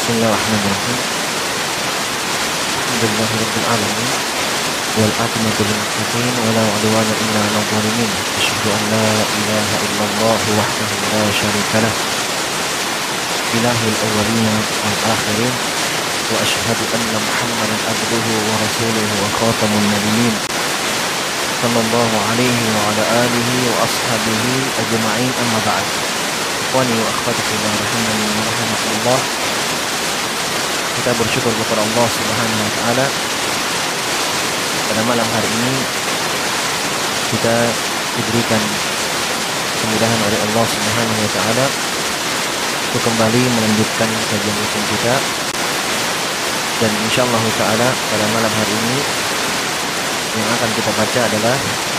Bismillahirrahmanirrahim. Alhamdulillahirabbil alamin wal aqibatu lil muttaqin wa la udwana illa 'alal zalimin. Asyhadu an la ilaha illallah wahdahu la syarika lah. Ilahul awwalin wal akhirin wa asyhadu anna Muhammadan abduhu wa rasuluhu wa khatamun nabiyyin. Sallallahu alaihi wa ala alihi wa ashabihi ajma'in, amma ba'd. Ikhwani wa akhwati fillah rahimani wa rahimakumullah. Kita bersyukur kepada Allah Subhanahu wa taala. Pada malam hari ini kita diberikan kemudahan oleh Allah Subhanahu wa taala untuk kembali melanjutkan kajian rutin kita. Dan insyaallah taala pada malam hari ini yang akan kita baca adalah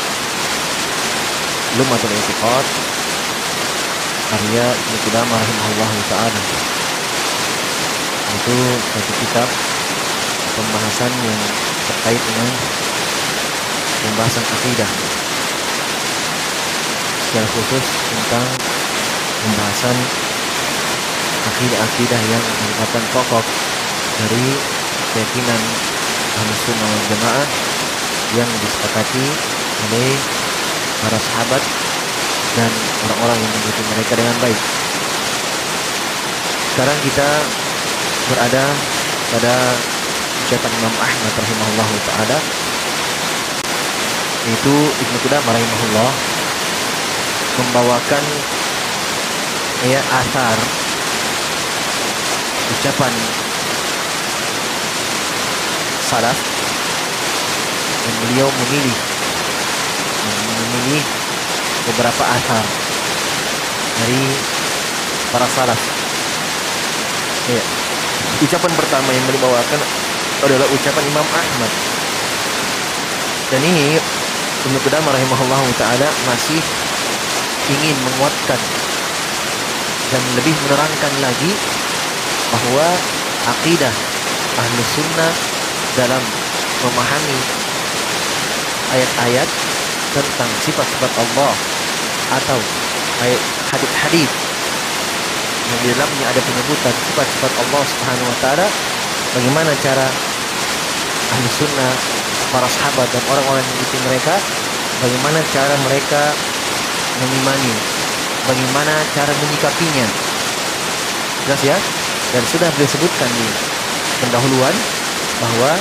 Lum'atul I'tiqad karya Ibnu Qudamah rahimahullahu taala. Itu satu kitab pembahasan yang terkait dengan pembahasan akidah, secara khusus tentang pembahasan akidah-akidah yang merupakan pokok dari keyakinan Ahlus Sunnah wal Jamaah yang disepakati oleh para sahabat dan orang-orang yang mengikuti mereka dengan baik. Sekarang kita berada pada ucapan Imam Ahmad rahimahullahu taala, yaitu Ibnu Qudamah rahimahullah membawakan asar ucapan salaf, dan beliau memilih beberapa asar dari para salaf. Ucapan pertama yang dibawakan adalah ucapan Imam Ahmad. Dan ini Ibnu Qudamah rahimahullahu taala masih ingin menguatkan dan lebih menerangkan lagi bahwa akidah Ahlus Sunnah dalam memahami ayat-ayat tentang sifat-sifat Allah atau hadis-hadis yang di dalamnya ada penyebutan sifat-sifat Allah Subhanahu wa taala, bagaimana cara Ahlus Sunnah, para sahabat dan orang-orang yang mengikuti mereka, bagaimana cara mereka mengimani, bagaimana cara menyikapinya. Jelas ya? Dan sudah beliau sebutkan di pendahuluan bahwa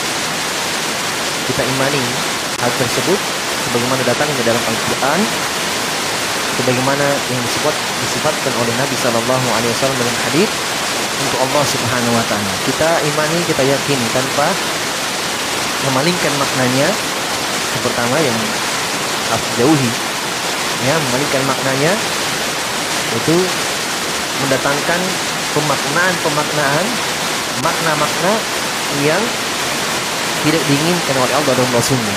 kita imani hal tersebut sebagaimana datangnya dalam Al-Quran, sebagaimana yang disifatkan oleh Nabi Sallallahu Alaihi Wasallam dalam hadis untuk Allah Subhanahu Wa Taala. Kita imani, kita yakini tanpa memalingkan maknanya. Yang pertama yang harus dijauhi, memalingkan maknanya itu mendatangkan pemaknaan, makna-makna yang tidak diinginkan oleh Allah dan Rasulnya.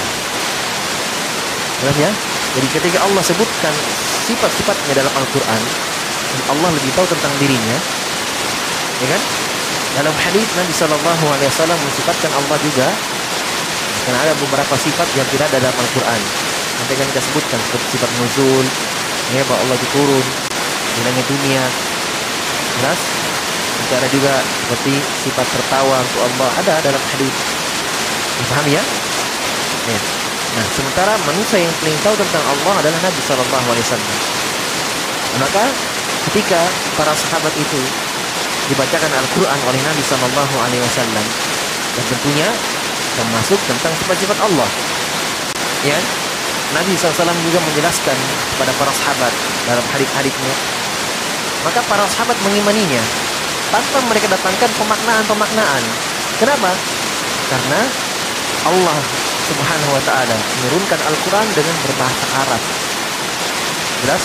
Jelas ya? Jadi ketika Allah sebutkan sifat-sifatnya dalam Al-Quran, dan Allah lebih tahu tentang dirinya, ya kan? Dalam hadis Nabi Sallallahu Alaihi Wasallam mensifatkan Allah juga, karena ada beberapa sifat yang tidak ada dalam Al-Quran. Nanti akan kita sebutkan seperti sifat nuzul, bahwa Allah itu turun di langit dunia. Jelas? Nanti ada juga seperti sifat tertawa untuk Allah, ada dalam hadis. Dipahami ya? Nah, sementara manusia yang paling tahu tentang Allah adalah Nabi Sallallahu Alaihi Wasallam. Maka ketika para sahabat itu dibacakan Al-Quran oleh Nabi Sallallahu Alaihi Wasallam, dan tentunya termasuk tentang sifat-sifat Allah, ya, Nabi SAW juga menjelaskan kepada para sahabat dalam hadis-hadisnya. Maka para sahabat mengimaninya tanpa mereka datangkan pemaknaan. Kenapa? Karena Allah Subhanahu wa taala menurunkan Al-Quran dengan berbahasa Arab. Jelas?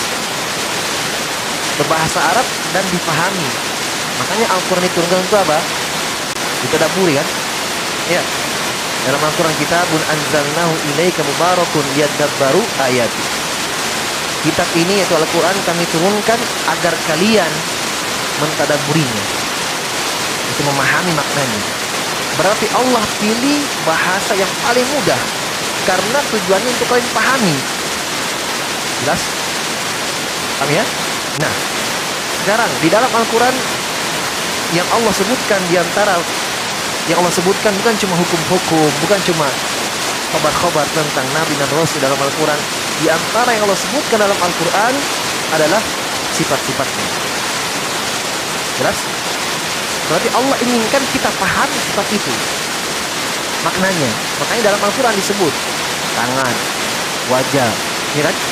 Berbahasa Arab dan dipahami. Makanya Al-Quran diturunkan untuk apa? Ditadabburi kan? Ya. Dalam Al-Quran, kitabun anzalnahu ilaika mubarakun liyadabbaru ayati. Kitab ini yaitu Al-Quran kami turunkan agar kalian mentadabburinya. Itu memahami maknanya. Berarti Allah pilih bahasa yang paling mudah karena tujuannya untuk kalian pahami. Jelas? Paham ya? Nah, sekarang di dalam Al-Quran yang Allah sebutkan di antara yang Allah sebutkan bukan cuma hukum-hukum, bukan cuma khabar-khabar tentang Nabi dan Rasul dalam Al-Quran. Di antara yang Allah sebutkan dalam Al-Quran adalah sifat-sifatnya. Jelas? Berarti Allah inginkan kita paham sifat itu, maknanya. Makanya dalam Al-Quran disebut tangan, wajah, ya kan?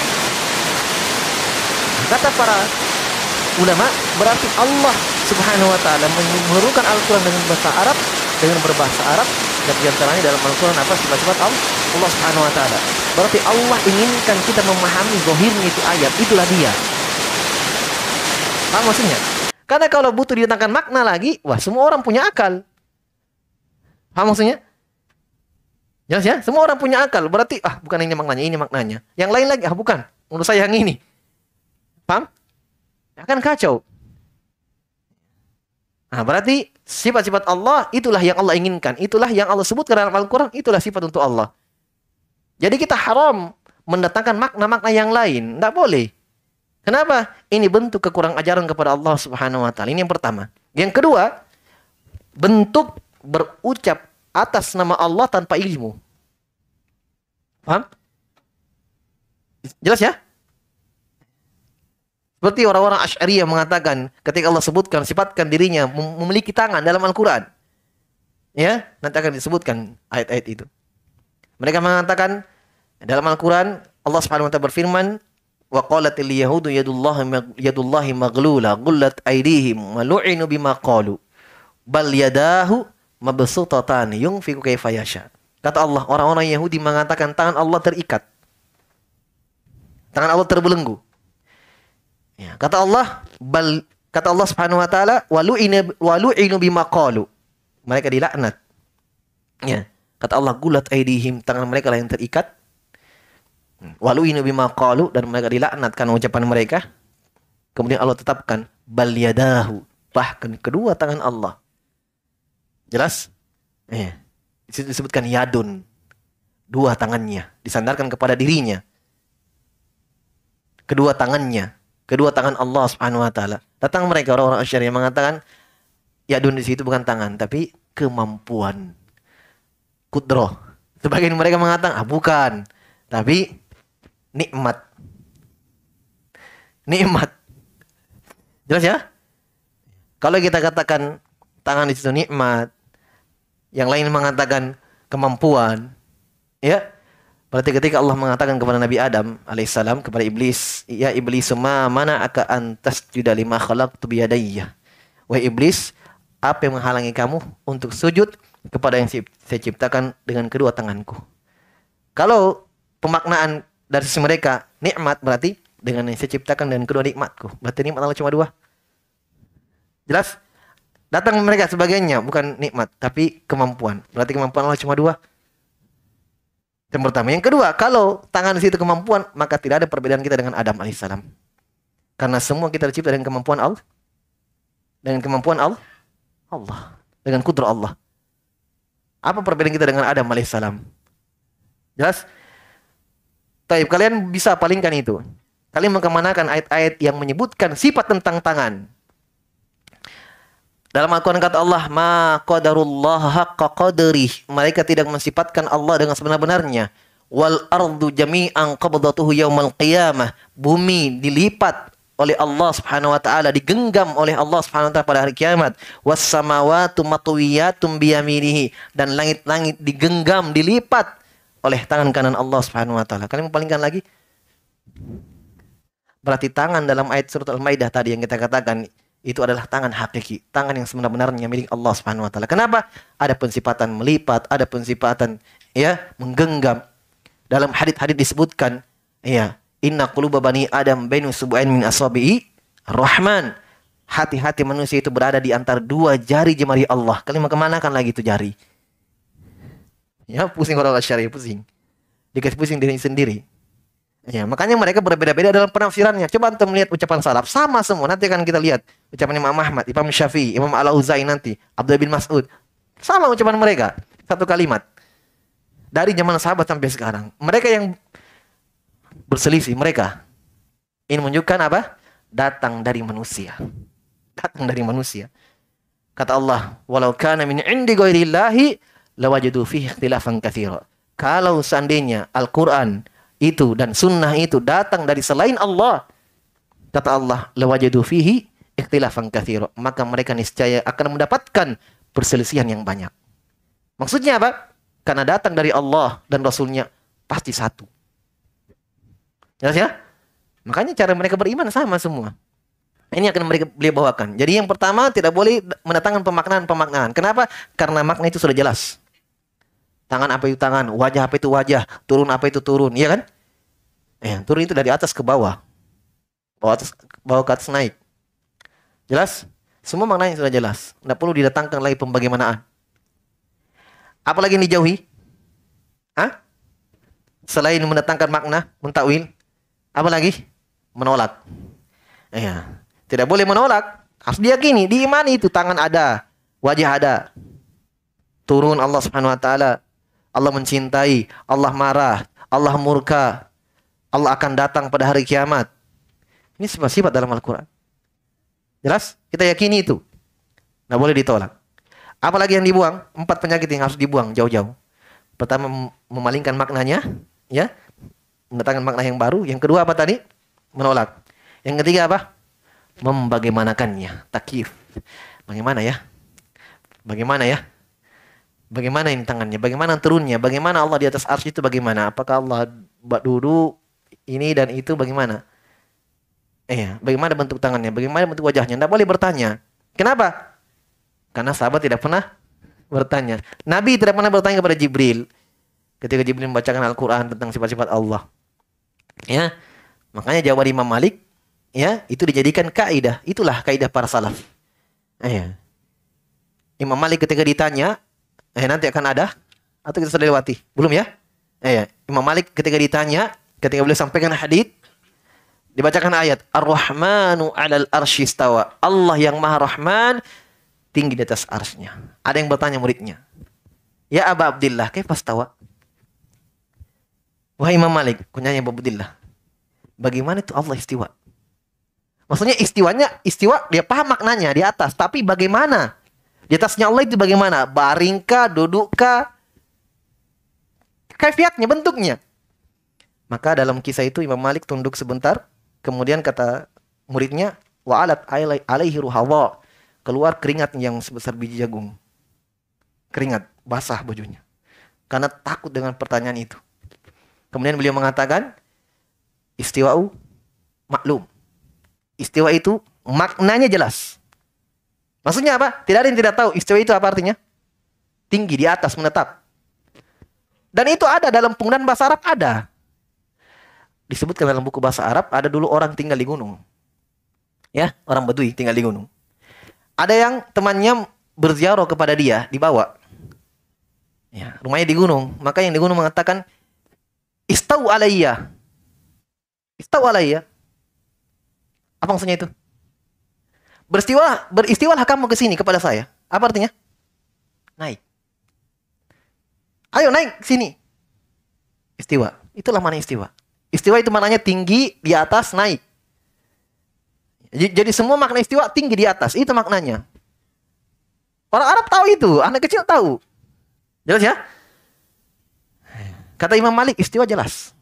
Kata para ulama, berarti Allah Subhanahu wa ta'ala menurunkan Al-Quran dengan bahasa Arab, dan di antaranya dalam Al-Quran apa? Sifat-sifat Allah Subhanahu wa ta'ala. Berarti Allah inginkan kita memahami zahirnya itu ayat, itulah dia. Paham maksudnya? Karena kalau butuh didatangkan makna lagi, wah, semua orang punya akal. Paham maksudnya? Jelas ya? Semua orang punya akal. Berarti bukan ini maknanya, ini maknanya. Yang lain lagi, bukan. Menurut saya yang ini. Paham? Akan kacau. Nah, berarti sifat-sifat Allah itulah yang Allah inginkan. Itulah yang Allah sebutkan dalam Al-Quran. Itulah sifat untuk Allah. Jadi kita haram mendatangkan makna-makna yang lain. Tidak boleh. Kenapa? Ini bentuk kekurang ajaran kepada Allah Subhanahu wa ta'ala. Ini yang pertama. Yang kedua, bentuk berucap atas nama Allah tanpa ilmu. Paham? Jelas ya? Seperti orang-orang Asy'ariyah mengatakan ketika Allah sebutkan, sifatkan dirinya memiliki tangan dalam Al-Quran. Ya, nanti akan disebutkan ayat-ayat itu. Mereka mengatakan dalam Al-Quran, Allah Subhanahu wa ta'ala berfirman, wa qalatil yahudu yadullahi maghlula gullat aydihim wa lu'inu bima qalu bal yadahu mabsuutatan yunfiqu kaifa yasha. Kata Allah, orang-orang Yahudi mengatakan tangan Allah terikat. Tangan Allah terbelenggu. Ya, kata Allah Subhanahu wa ta'ala wa lu'inu bima qalu. Mereka dilaknat. Ya, kata Allah, gulat aydihim, tangan mereka lah yang terikat. Wa lu'inu bima qalu, dan mereka dilaknat karena ucapan mereka. Kemudian Allah tetapkan bal yadahu, bahkan kedua tangan Allah. Jelas? Ya. Disebutkan yadun, dua tangannya disandarkan kepada dirinya. Kedua tangannya, kedua tangan Allah Subhanahu wa ta'ala. Datang mereka orang-orang Asy'ariyah mengatakan yadun di situ bukan tangan tapi kemampuan. Kudroh. Sebagian mereka mengatakan bukan, tapi nikmat. Nikmat. Jelas ya? Kalau kita katakan tangan di situ nikmat, yang lain mengatakan kemampuan, ya. Berarti ketika Allah mengatakan kepada Nabi Adam alaihissalam, kepada iblis, ya iblis, ma mana'aka an tasjuda lima khalaqtu biyadayya. Wahai iblis, apa yang menghalangi kamu untuk sujud kepada yang saya ciptakan dengan kedua tanganku? Kalau pemaknaan dari sisi mereka nikmat, berarti dengan yang saya ciptakan dengan kedua nikmatku. Berarti nikmat Allah cuma dua. Jelas? Datang mereka sebagiannya bukan nikmat tapi kemampuan. Berarti kemampuan Allah cuma dua. Yang pertama. Yang kedua, kalau tangan di situ kemampuan, maka tidak ada perbedaan kita dengan Adam alaihissalam. Karena semua kita dicipta dengan kemampuan Allah. Dengan kemampuan Allah. Dengan kudrah Allah. Apa perbedaan kita dengan Adam alaihissalam? Jelas? Taib, kalian bisa palingkan itu. Kalian mengkemanakan ayat-ayat yang menyebutkan sifat tentang tangan. Dalam Al-Quran kata Allah, ma qadarullah haqqa qadrih. Mereka tidak mensifatkan Allah dengan sebenar-benarnya. Wal ardu jami'an qabdatuhu yaumal qiyamah. Bumi dilipat oleh Allah Subhanahu wa ta'ala, digenggam oleh Allah Subhanahu wa ta'ala pada hari kiamat. Was samawatu matwiyatum biyaminihi. Dan langit-langit digenggam, dilipat oleh tangan kanan Allah Subhanahu wa ta'ala. Kalian mau palingkan lagi? Berarti tangan dalam ayat surat Al-Maidah tadi yang kita katakan, itu adalah tangan hakiki, tangan yang sebenar-benarnya milik Allah Subhanahu wa ta'ala. Kenapa? Ada pensifatan melipat, ada pensifatan menggenggam. Dalam hadits disebutkan, inna quluba bani Adam bainu subu'ain min asabi'i Rahman. Hati-hati manusia itu berada di antara dua jari jemari Allah. Kalian mau kemanakan lagi itu jari? Ya, pusing orang Asy'ariyah, pusing. Dikasih pusing diri sendiri. Ya, makanya mereka berbeda-beda dalam penafsirannya. Coba antum melihat ucapan salaf, sama semua. Nanti akan kita lihat ucapan Imam Ahmad, Imam Syafi'i, Imam Al-Auza'i nanti, Abdullah bin Mas'ud. Sama ucapan mereka, satu kalimat. Dari zaman sahabat sampai sekarang. Mereka yang berselisih, mereka ini menunjukkan apa? Datang dari manusia. Datang dari manusia. Kata Allah, walau kana min indi ghairillahi lawajadu fihi ikhtilafan katsira. Kalau seandainya Al-Qur'an itu dan sunnah itu datang dari selain Allah, kata Allah, lawajadu fihi ikhtilafan katsira, maka mereka niscaya akan mendapatkan perselisihan yang banyak. Maksudnya apa? Karena datang dari Allah dan Rasulnya pasti satu. Jelas ya? Makanya cara mereka beriman sama semua. Ini akan beliau bawakan. Jadi yang pertama, tidak boleh mendatangkan pemaknaan. Kenapa? Karena makna itu sudah jelas. Tangan apa itu tangan, wajah apa itu wajah, turun apa itu turun, iya kan? Turun itu dari atas ke bawah. Bawah ke atas naik. Jelas? Semua maknanya sudah jelas. Tidak perlu didatangkan lagi pembagaimanaan. Apalagi yang dijauhi? Selain mendatangkan makna, mentakwil, apa lagi? Menolak. Tidak boleh menolak. Harus diyakini, diimani itu. Tangan ada, wajah ada. Turun Allah Subhanahu wa taala. Allah mencintai, Allah marah, Allah murka. Allah akan datang pada hari kiamat. Ini sifat-sifat dalam Al-Qur'an. Jelas? Kita yakini itu. Nggak boleh ditolak. Apalagi yang dibuang? 4 penyakit yang harus dibuang jauh-jauh. Pertama, memalingkan maknanya, ya. Mendatangkan makna yang baru. Yang kedua apa tadi? Menolak. Yang ketiga apa? Membagaimanakannya, takyif. Bagaimana ya? Bagaimana ya? Bagaimana ini tangannya? Bagaimana turunnya? Bagaimana Allah di atas arsy itu bagaimana? Apakah Allah duduk ini dan itu bagaimana? Bagaimana bentuk tangannya? Bagaimana bentuk wajahnya? Tidak boleh bertanya. Kenapa? Karena sahabat tidak pernah bertanya. Nabi tidak pernah bertanya kepada Jibril ketika Jibril membacakan Al-Quran tentang sifat-sifat Allah. Ya, makanya jawaban Imam Malik, ya, itu dijadikan kaidah. Itulah kaidah para salaf. Imam Malik ketika ditanya, nanti akan ada atau kita sudah lewati? Belum ya? Imam Malik ketika ditanya, ketika beliau sampaikan hadits, dibacakan ayat Ar-Rahmanu 'alal arsy istawa. Allah yang Maha Rahman tinggi di atas arsy-Nya. Ada yang bertanya muridnya, "Ya Aba Abdillah, kaifa istawa?" Wahai Imam Malik, kunyanya Abu Abdillah, bagaimana itu Allah istiwa? Maksudnya istiwa dia paham maknanya di atas, tapi bagaimana? Di atasnya Allah itu bagaimana? Baringkah, dudukkah? Kaifiatnya, bentuknya. Maka dalam kisah itu Imam Malik tunduk sebentar, kemudian kata muridnya, wa alat alaihi ruhawa. Keluar keringat yang sebesar biji jagung. Keringat, basah bajunya. Karena takut dengan pertanyaan itu. Kemudian beliau mengatakan, istiwa'u maklum. Istiwa itu maknanya jelas. Maksudnya apa? Tidak ada yang tidak tahu istiwa itu apa artinya. Tinggi, di atas, menetap. Dan itu ada dalam penggunaan bahasa Arab, ada. Disebutkan dalam buku bahasa Arab, ada dulu orang tinggal di gunung. Ya, orang Badui tinggal di gunung. Ada yang temannya berziarah kepada dia, dibawa. Ya, rumahnya di gunung. Maka yang di gunung mengatakan, Istau alayya. Istau alayya. Apa maksudnya itu? Beristiwalah kamu ke sini kepada saya. Apa artinya? Naik. Ayo naik sini. Istiwa. Itulah makna istiwa. Istiwa itu maknanya tinggi, di atas, naik. Jadi semua makna istiwa tinggi di atas. Itu maknanya. Orang Arab tahu itu. Anak kecil tahu. Jelas ya? Kata Imam Malik, istiwa jelas.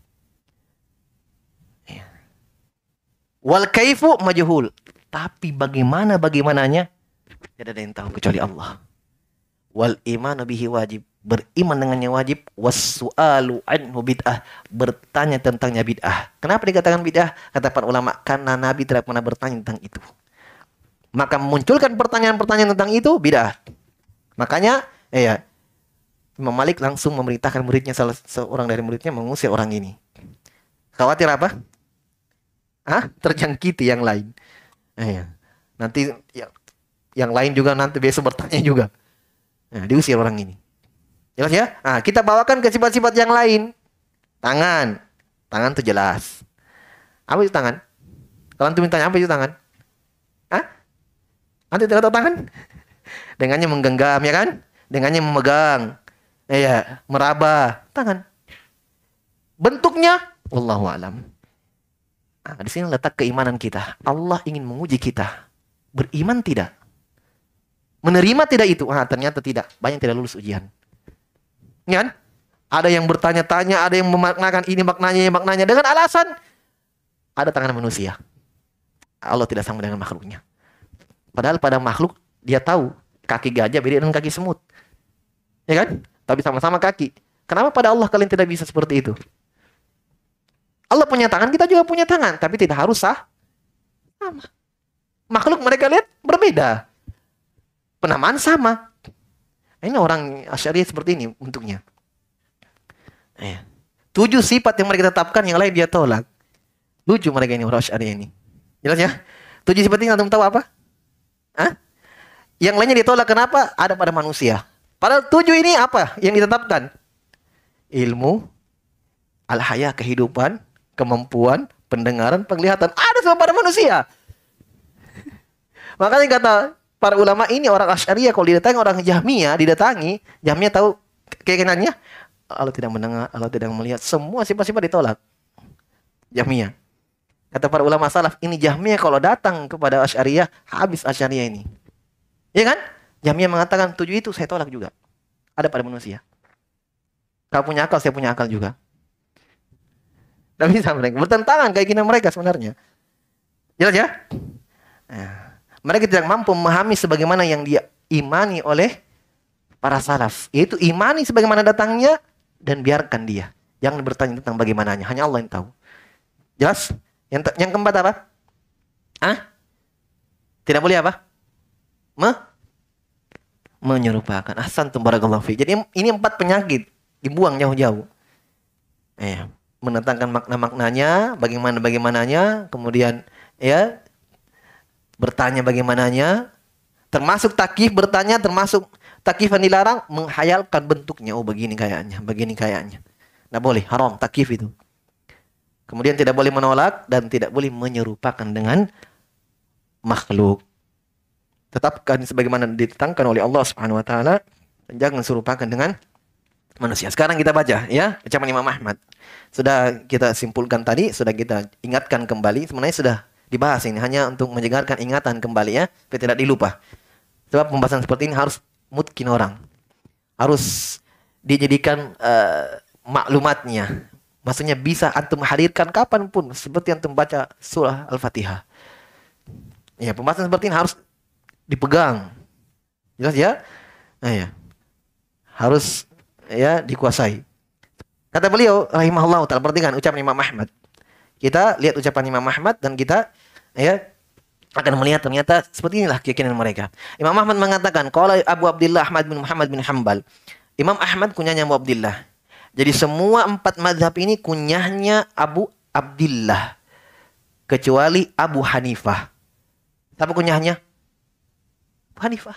Wal kaifu majhul. Tapi bagaimananya tidak ada yang tahu kecuali Allah. Wal imanu bihi wajib. Beriman dengannya wajib. Wassu'alu anhu bid'ah. Bertanya tentangnya bid'ah. Kenapa dikatakan bid'ah? Kata para ulama, karena Nabi tidak pernah bertanya tentang itu. Maka memunculkan pertanyaan-pertanyaan tentang itu bid'ah. Makanya Imam Malik langsung memerintahkan muridnya, salah seorang dari muridnya mengusir orang ini. Khawatir apa? Terjangkiti yang lain. Nanti yang lain juga nanti besok bertanya juga. Diusir orang ini. Jelas ya? Kita bawakan ke sifat-sifat yang lain. Tangan. Tangan itu jelas. Apa itu tangan? Kalau antum tanya apa itu tangan? Antum tidak tahu tangan? Dengannya menggenggam, ya kan? Dengannya memegang. Meraba. Tangan. Bentuknya, wallahu alam. Di sini letak keimanan kita. Allah ingin menguji kita. Beriman tidak? Menerima tidak itu? Ternyata tidak. Banyak tidak lulus ujian. Ya kan? Ada yang bertanya-tanya, ada yang memaknakan ini maknanya dengan alasan ada tangan manusia. Allah tidak sama dengan makhluknya. Padahal pada makhluk dia tahu kaki gajah beda dengan kaki semut. Ya kan? Tapi sama-sama kaki. Kenapa pada Allah kalian tidak bisa seperti itu? Allah punya tangan, kita juga punya tangan, tapi tidak harus sama. Makhluk mereka lihat berbeda. Penamaan sama. Ini orang Asy'ariyah seperti ini bentuknya. 7 sifat yang mereka tetapkan, yang lain dia tolak. Lucu mereka ini, orang Asy'ariyah ini. Jelas ya? 7 sifat ini antum tahu apa? Yang lainnya ditolak, kenapa? Ada pada manusia. Padahal 7 ini apa yang ditetapkan? Ilmu, al-haya, kehidupan, kemampuan, pendengaran, penglihatan. Ada semua pada manusia. Makanya kata para ulama ini, orang Asy'ariyah kalau didatangi orang Jahmiyah, Jahmiyah tahu keyakinannya, Allah tidak mendengar, Allah tidak melihat, semua sifat-sifat ditolak. Jahmiyah. Kata para ulama salaf, ini Jahmiyah kalau datang kepada Asy'ariyah, habis Asy'ariyah ini. Ya kan? Jahmiyah mengatakan 7 itu saya tolak juga. Ada pada manusia. Kau punya akal, saya punya akal juga. Tidak bisa mereka. Bertentangan keinginan mereka sebenarnya. Jelas ya? Mereka tidak mampu memahami sebagaimana yang dia imani oleh para salaf. Yaitu imani sebagaimana datangnya dan biarkan dia. Jangan bertanya tentang bagaimananya. Hanya Allah yang tahu. Jelas? Yang keempat apa? Tidak boleh apa? Menyerupakan. Ahsantum barakallahu fi. Jadi ini 4 penyakit. Dibuang jauh-jauh. Menentangkan makna-maknanya, bagaimananya, kemudian ya bertanya bagaimananya, termasuk takyif bertanya, termasuk takyif yang dilarang, menghayalkan bentuknya. Oh begini kayaknya. Nggak boleh, haram takyif itu. Kemudian tidak boleh menolak dan tidak boleh menyerupakan dengan makhluk. Tetapkan sebagaimana ditetapkan oleh Allah Subhanahu wa taala dan jangan serupakan dengan manusia. Sekarang kita baca ya ucapan Imam Ahmad. Sudah kita simpulkan tadi, sudah kita ingatkan kembali. Sebenarnya sudah dibahas ini hanya untuk menyegarkan ingatan kembali ya, supaya tidak dilupa. Sebab pembahasan seperti ini harus mungkin orang. Harus dijadikan maklumatnya. Maksudnya bisa antum hadirkan kapanpun seperti antum baca surah Al-Fatihah. Ya, pembahasan seperti ini harus dipegang. Jelas ya? Harus ya dikuasai. Kata beliau rahimahullah ta'ala, perhatikan ucapan Imam Ahmad. Kita lihat ucapan Imam Ahmad dan kita ya akan melihat ternyata seperti inilah keyakinan mereka. Imam Ahmad mengatakan, qala Abu Abdullah Ahmad bin Muhammad bin Hanbal. Imam Ahmad kunyahnya Abu Abdullah. Jadi semua 4 mazhab ini kunyahnya Abu Abdullah kecuali Abu Hanifah. Siapa kunyahnya? Abu Hanifah.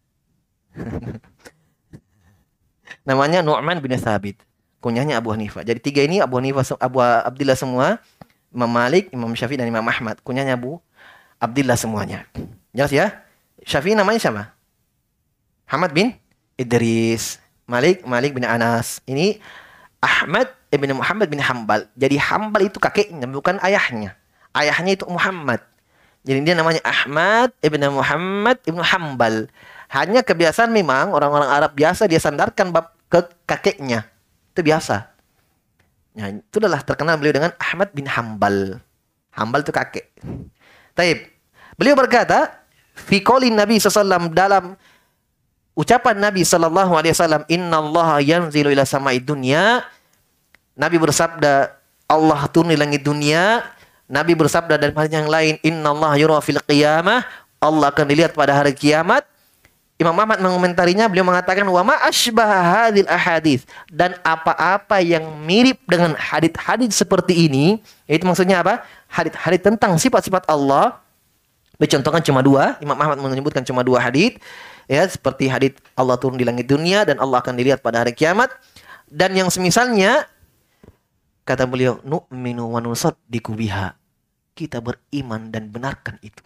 Namanya Nu'man bin Thabit. Kunyahnya Abu Hanifah. Jadi 3 ini Abu Hanifah, Abu Abdullah semua. Imam Malik, Imam Syafi'i dan Imam Ahmad. Kunyahnya Abu Abdullah semuanya. Jelas ya? Syafi'i namanya siapa? Ahmad bin Idris. Malik bin Anas. Ini Ahmad ibn Muhammad bin Hanbal. Jadi Hanbal itu kakeknya, bukan ayahnya. Ayahnya itu Muhammad. Jadi dia namanya Ahmad ibn Muhammad ibn Hanbal. Hanya kebiasaan memang orang-orang Arab biasa dia sandarkan bab ke kakeknya. Itu biasa. Ya, itu adalah terkenal beliau dengan Ahmad bin Hanbal. Hanbal itu kakek. Taib. Beliau berkata, fi qaulin Nabi SAW, dalam ucapan Nabi SAW, innallaha yanzilu ila sama'id dunya. Nabi bersabda, Allah turun di langit dunia. Nabi bersabda dan hal yang lain, innallaha yura fil qiyamah. Allah akan dilihat pada hari kiamat. Imam Ahmad mengomentarinya, beliau mengatakan, wa ma asbaha hadhil ahadits, dan apa-apa yang mirip dengan hadits-hadits seperti ini, yaitu maksudnya apa? Hadits tentang sifat-sifat Allah. Dicontohkan cuma 2. Imam Ahmad menyebutkan cuma 2 hadits. Ya, seperti hadits Allah turun di langit dunia dan Allah akan dilihat pada hari kiamat. Dan yang semisalnya, kata beliau, nu'minu wa nusaddiqu biha. Kita beriman dan benarkan itu.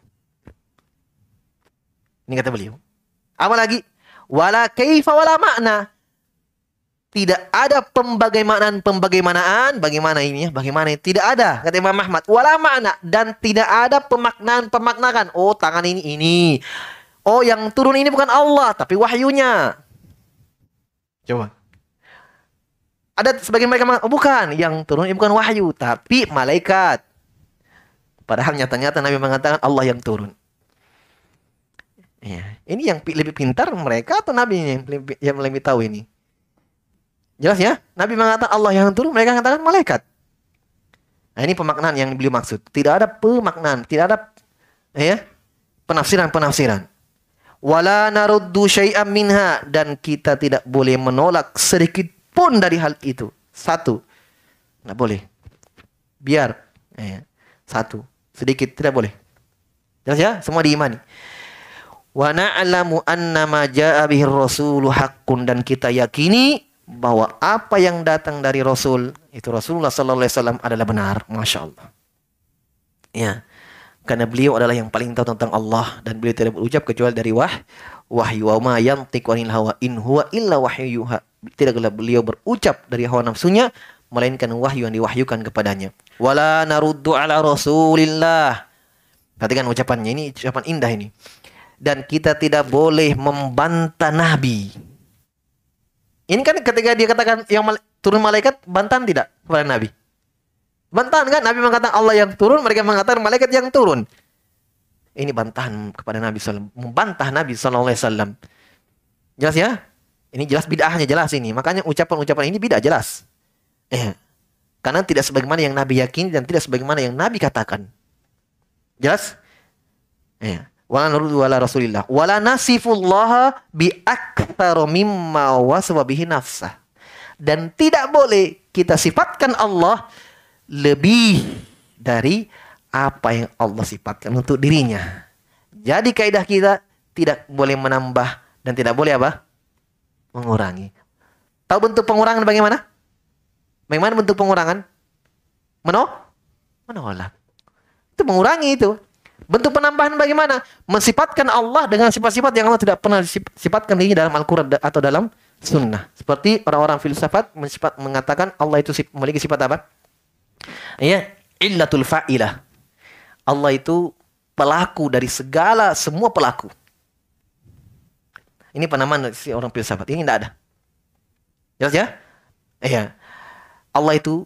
Ini kata beliau. Apa lagi? Wala kaifa wala makna. Tidak ada pembagaimanaan. Bagaimana ini ya? Bagaimana ini? Tidak ada. Kata Imam Ahmad. Wala makna. Dan tidak ada pemaknaan. Oh, tangan ini. Oh, yang turun ini bukan Allah, tapi wahyunya. Coba. Ada sebagian mereka mengatakan, oh bukan, yang turun ini bukan wahyu, tapi malaikat. Padahal nyata-nyata Nabi mengatakan Allah yang turun. Ya. Ini yang lebih pintar mereka atau Nabi yang lebih tahu ini? Jelas ya? Nabi mengatakan Allah yang turun, mereka mengatakan malaikat. Nah, ini pemaknaan yang beliau maksud. Tidak ada pemaknaan, tidak ada penafsiran-penafsiran. Wala naruddu syai'an minha, dan kita tidak boleh menolak sedikit pun dari hal itu. Satu, tidak boleh. Biar satu, sedikit tidak boleh. Jelas ya? Semua diimani. Wa na'lamu anna ma jaa'a bihi rasulu haqqun, dan kita yakini bahwa apa yang datang dari Rasul itu Rasulullah sallallahu alaihi wasallam adalah benar. Masya Allah. Ya. Karena beliau adalah yang paling tahu tentang Allah, dan beliau tidak berucap kecuali dari wahyu. Wa ma yantiqu anil hawa in huwa illa wahyu yuha. Tidaklah beliau berucap dari hawa nafsunya, melainkan wahyu yang diwahyukan kepadanya. Wala naruddu ala Rasulillah. Perhatikan ucapannya, ini ucapan indah ini. Dan kita tidak boleh membantah Nabi. Ini kan ketika dia katakan yang turun malaikat, bantahan tidak kepada Nabi? Bantahan kan? Nabi mengatakan Allah yang turun, mereka mengatakan malaikat yang turun. Ini bantahan kepada Nabi SAW. Membantah Nabi SAW. Jelas ya? Ini jelas bid'ahnya, jelas ini. Makanya ucapan-ucapan ini bid'ah jelas. Karena tidak sebagaimana yang Nabi yakini dan tidak sebagaimana yang Nabi katakan. Jelas? Wala nurdu wala rasulillah. Wala nasifullaha bi aktsara mimma waswa bihi nafsah. Dan tidak boleh kita sifatkan Allah lebih dari apa yang Allah sifatkan untuk dirinya. Jadi kaidah kita tidak boleh menambah dan tidak boleh apa? Mengurangi. Tahu bentuk pengurangan bagaimana? Bagaimana bentuk pengurangan? Menolak. Itu mengurangi itu. Bentuk penambahan bagaimana? Mensifatkan Allah dengan sifat-sifat yang Allah tidak pernah sifatkan dirinya dalam Al-Quran atau dalam Sunnah. Seperti orang-orang filsafat mengatakan Allah itu memiliki sifat apa? Illatul fa'ilah. Allah itu pelaku dari semua pelaku. Ini penamaan si orang filsafat. Ini tidak ada. Jelas ya? Allah itu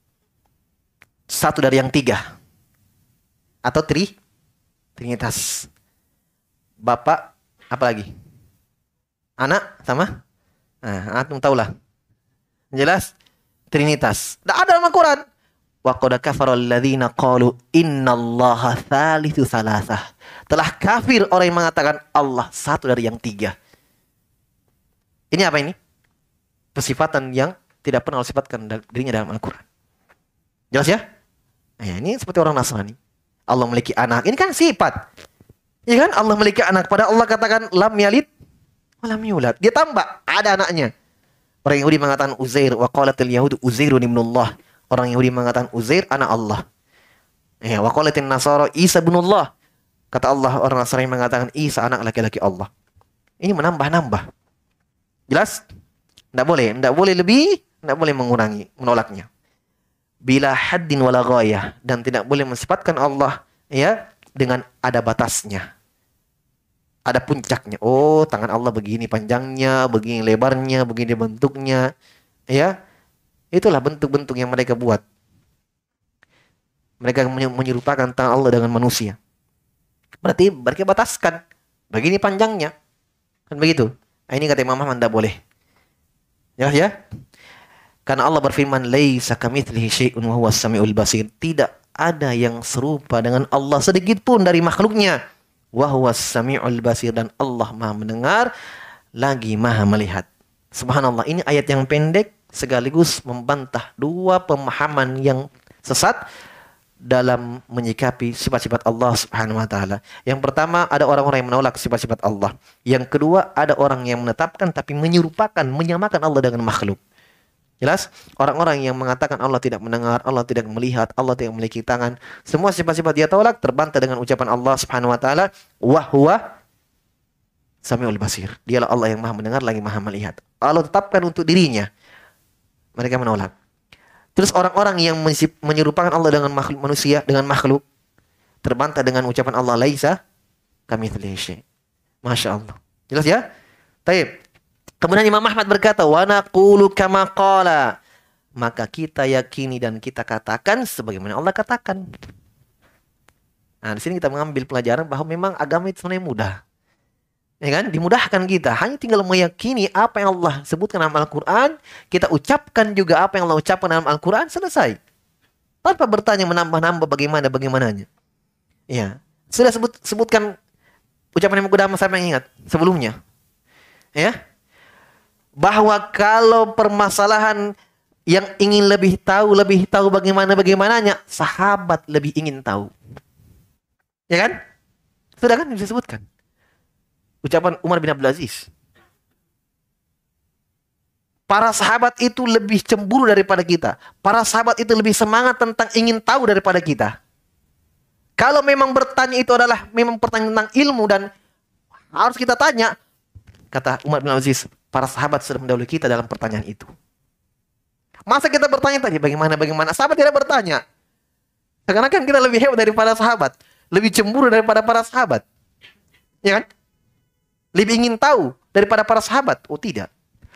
satu dari yang tiga. Atau Trinitas. Bapak, apa lagi? Anak, sama? Nah, antum tahulah. Jelas? Trinitas. Tidak ada dalam Al-Quran. Wa qad kafara alladziina qalu innallaha tsalitsu tsalatsah. Telah kafir orang yang mengatakan Allah satu dari yang tiga. Ini apa ini? Pesifatan yang tidak pernah Allah sifatkan dirinya dalam Al-Quran. Jelas ya? Ini seperti orang Nasrani. Allah memiliki anak. Ini kan sifat. Ya kan? Allah memiliki anak. Padahal Allah katakan lam yalid wa lam yulad. Dia tambah ada anaknya. Orang Yahudi mengatakan Uzair, wa qalatil yahudu Uzairun ibnullah. Orang Yahudi mengatakan Uzair anak Allah. Wa qalatin nasara Isa ibnullah. Kata Allah, orang Nasrani mengatakan Isa anak laki-laki Allah. Ini menambah-nambah. Jelas? Tidak boleh lebih, tidak boleh mengurangi, menolaknya. Bila haddin wala ghayah, dan tidak boleh mensifatkan Allah dengan ada batasnya. Ada puncaknya. Oh, tangan Allah begini panjangnya, begini lebarnya, begini bentuknya. Itulah bentuk-bentuk yang mereka buat. Mereka menyerupakan tangan Allah dengan manusia. Berarti mereka bataskan. Begini panjangnya. Kan begitu. Ini kata Imam Ahmad tidak boleh. Ya. Karena Allah berfirman, "Laisa kamitslihi syai'un wa huwas samiul basir." Tidak ada yang serupa dengan Allah sedikit pun dari makhluknya. Wa huwas samiul basir, dan Allah Maha mendengar lagi Maha melihat. Subhanallah, ini ayat yang pendek sekaligus membantah dua pemahaman yang sesat dalam menyikapi sifat-sifat Allah Subhanahu wa taala. Yang pertama, ada orang-orang yang menolak sifat-sifat Allah. Yang kedua, ada orang yang menetapkan tapi menyerupakan, menyamakan Allah dengan makhluk. Jelas? Orang-orang yang mengatakan Allah tidak mendengar, Allah tidak melihat, Allah tidak memiliki tangan. Semua sifat-sifat dia tolak, terbantah dengan ucapan Allah Subhanahu wa taala, wa huwa samiul basir. Dialah Allah yang Maha mendengar lagi Maha melihat. Allah tetapkan untuk dirinya. Mereka menolak. Terus orang-orang yang menyerupakan Allah dengan makhluk manusia, dengan makhluk, terbantah dengan ucapan Allah laisa kamitslihi syai'. Masya Allah. Jelas ya? Taib. Kemudian Imam Ahmad berkata, wa naqulu kama qala. Maka kita yakini dan kita katakan sebagaimana Allah katakan. Nah, di sini kita mengambil pelajaran bahwa memang agama itu sebenarnya mudah. Ya kan? Dimudahkan kita. Hanya tinggal meyakini apa yang Allah sebutkan dalam Al-Quran. Kita ucapkan juga apa yang Allah ucapkan dalam Al-Quran. Selesai. Tanpa bertanya menambah-nambah bagaimananya. Ya. Sudah sebutkan ucapan Imam Qudamah, saya ingat sebelumnya. Ya. Bahwa kalau permasalahan yang ingin lebih tahu bagaimananya, sahabat lebih ingin tahu. Ya kan? Sudah kan disebutkan. Ucapan Umar bin Abdul Aziz. Para sahabat itu lebih cemburu daripada kita. Para sahabat itu lebih semangat tentang ingin tahu daripada kita. Kalau memang bertanya itu adalah memang pertanyaan tentang ilmu dan harus kita tanya, kata Umar bin Abdul Aziz, para sahabat sudah mendahului kita dalam pertanyaan itu. Masa kita bertanya tadi bagaimana? Sahabat tidak bertanya. Seakan-akan kita lebih hebat daripada sahabat, lebih cemburu daripada para sahabat. Ya kan? Lebih ingin tahu daripada para sahabat. Oh tidak.